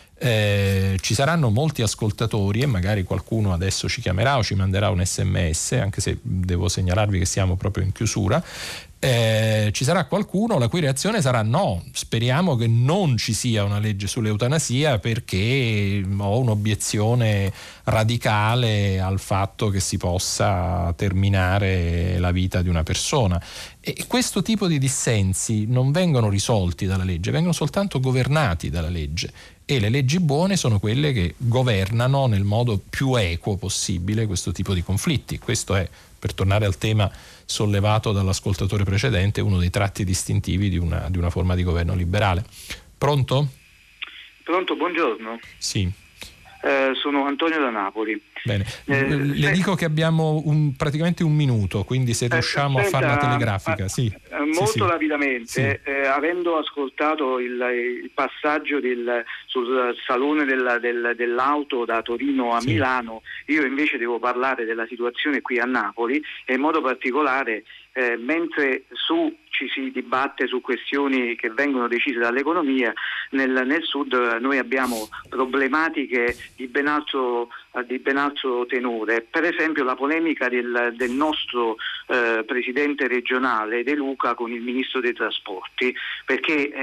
ci saranno molti ascoltatori, e magari qualcuno adesso ci chiamerà o ci manderà un SMS, anche se devo segnalarvi che siamo proprio in chiusura. Ci sarà qualcuno la cui reazione sarà: no, speriamo che non ci sia una legge sull'eutanasia, perché ho un'obiezione radicale al fatto che si possa terminare la vita di una persona. E questo tipo di dissensi non vengono risolti dalla legge, vengono soltanto governati dalla legge, e le leggi buone sono quelle che governano nel modo più equo possibile questo tipo di conflitti. Questo è, per tornare al tema sollevato dall'ascoltatore precedente, uno dei tratti distintivi di una forma di governo liberale. Pronto? Pronto, buongiorno. Sì. Sono Antonio da Napoli. Bene, le dico che abbiamo praticamente un minuto, quindi se riusciamo a farla telegrafica. Sì. Molto rapidamente, avendo ascoltato il passaggio sul salone dell'auto da Torino a Milano, io invece devo parlare della situazione qui a Napoli e in modo particolare mentre ci si dibatte su questioni che vengono decise dall'economia, nel sud noi abbiamo problematiche di ben altro tenore. Per esempio la polemica del nostro presidente regionale De Luca con il ministro dei trasporti, perché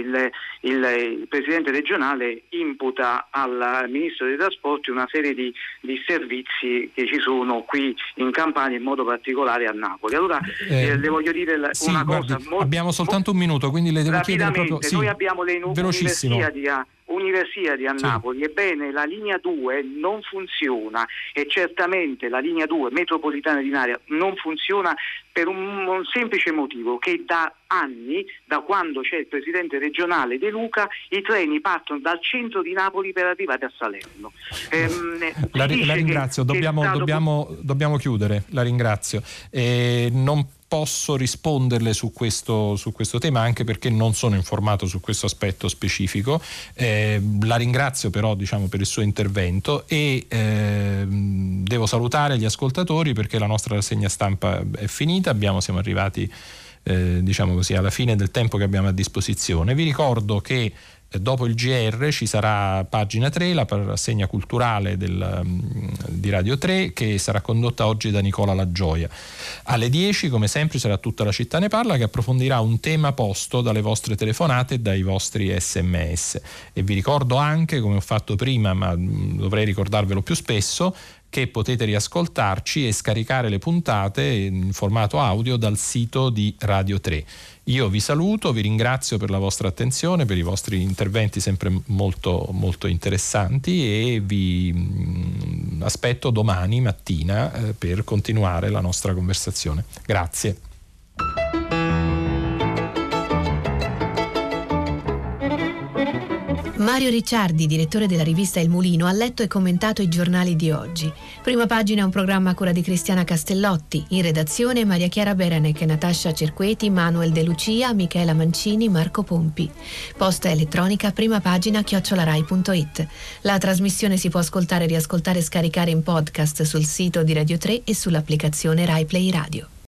il presidente regionale imputa al ministro dei trasporti una serie di servizi che ci sono qui in Campania, in modo particolare a Napoli. Allora le voglio dire una cosa. Abbiamo soltanto un minuto, quindi le devo chiedere proprio. Noi abbiamo le universiadi a Napoli, ebbene la linea 2 non funziona e certamente la linea 2 metropolitana di Napoli non funziona per un semplice motivo, che da anni, da quando c'è il presidente regionale De Luca, i treni partono dal centro di Napoli per arrivare a Salerno. La ringrazio, dobbiamo chiudere, la ringrazio. Non posso risponderle su questo tema, anche perché non sono informato su questo aspetto specifico. La ringrazio però per il suo intervento e devo salutare gli ascoltatori perché la nostra rassegna stampa è finita, siamo arrivati alla fine del tempo che abbiamo a disposizione. Vi ricordo che dopo il GR ci sarà Pagina 3, la rassegna culturale di Radio 3, che sarà condotta oggi da Nicola Lagioia. Alle 10, come sempre, sarà Tutta la città ne parla, che approfondirà un tema posto dalle vostre telefonate e dai vostri SMS. E vi ricordo anche, come ho fatto prima, ma dovrei ricordarvelo più spesso, che potete riascoltarci e scaricare le puntate in formato audio dal sito di Radio 3. Io vi saluto, vi ringrazio per la vostra attenzione, per i vostri interventi sempre molto, molto interessanti e vi aspetto domani mattina per continuare la nostra conversazione. Grazie. Mario Ricciardi, direttore della rivista Il Mulino, ha letto e commentato i giornali di oggi. Prima Pagina è un programma a cura di Cristiana Castellotti. In redazione Maria Chiara Berenec, Natascia Cerqueti, Manuel De Lucia, Michela Mancini, Marco Pompi. Posta elettronica primapagina@rai.it. La trasmissione si può ascoltare, riascoltare e scaricare in podcast sul sito di Radio 3 e sull'applicazione Rai Play Radio.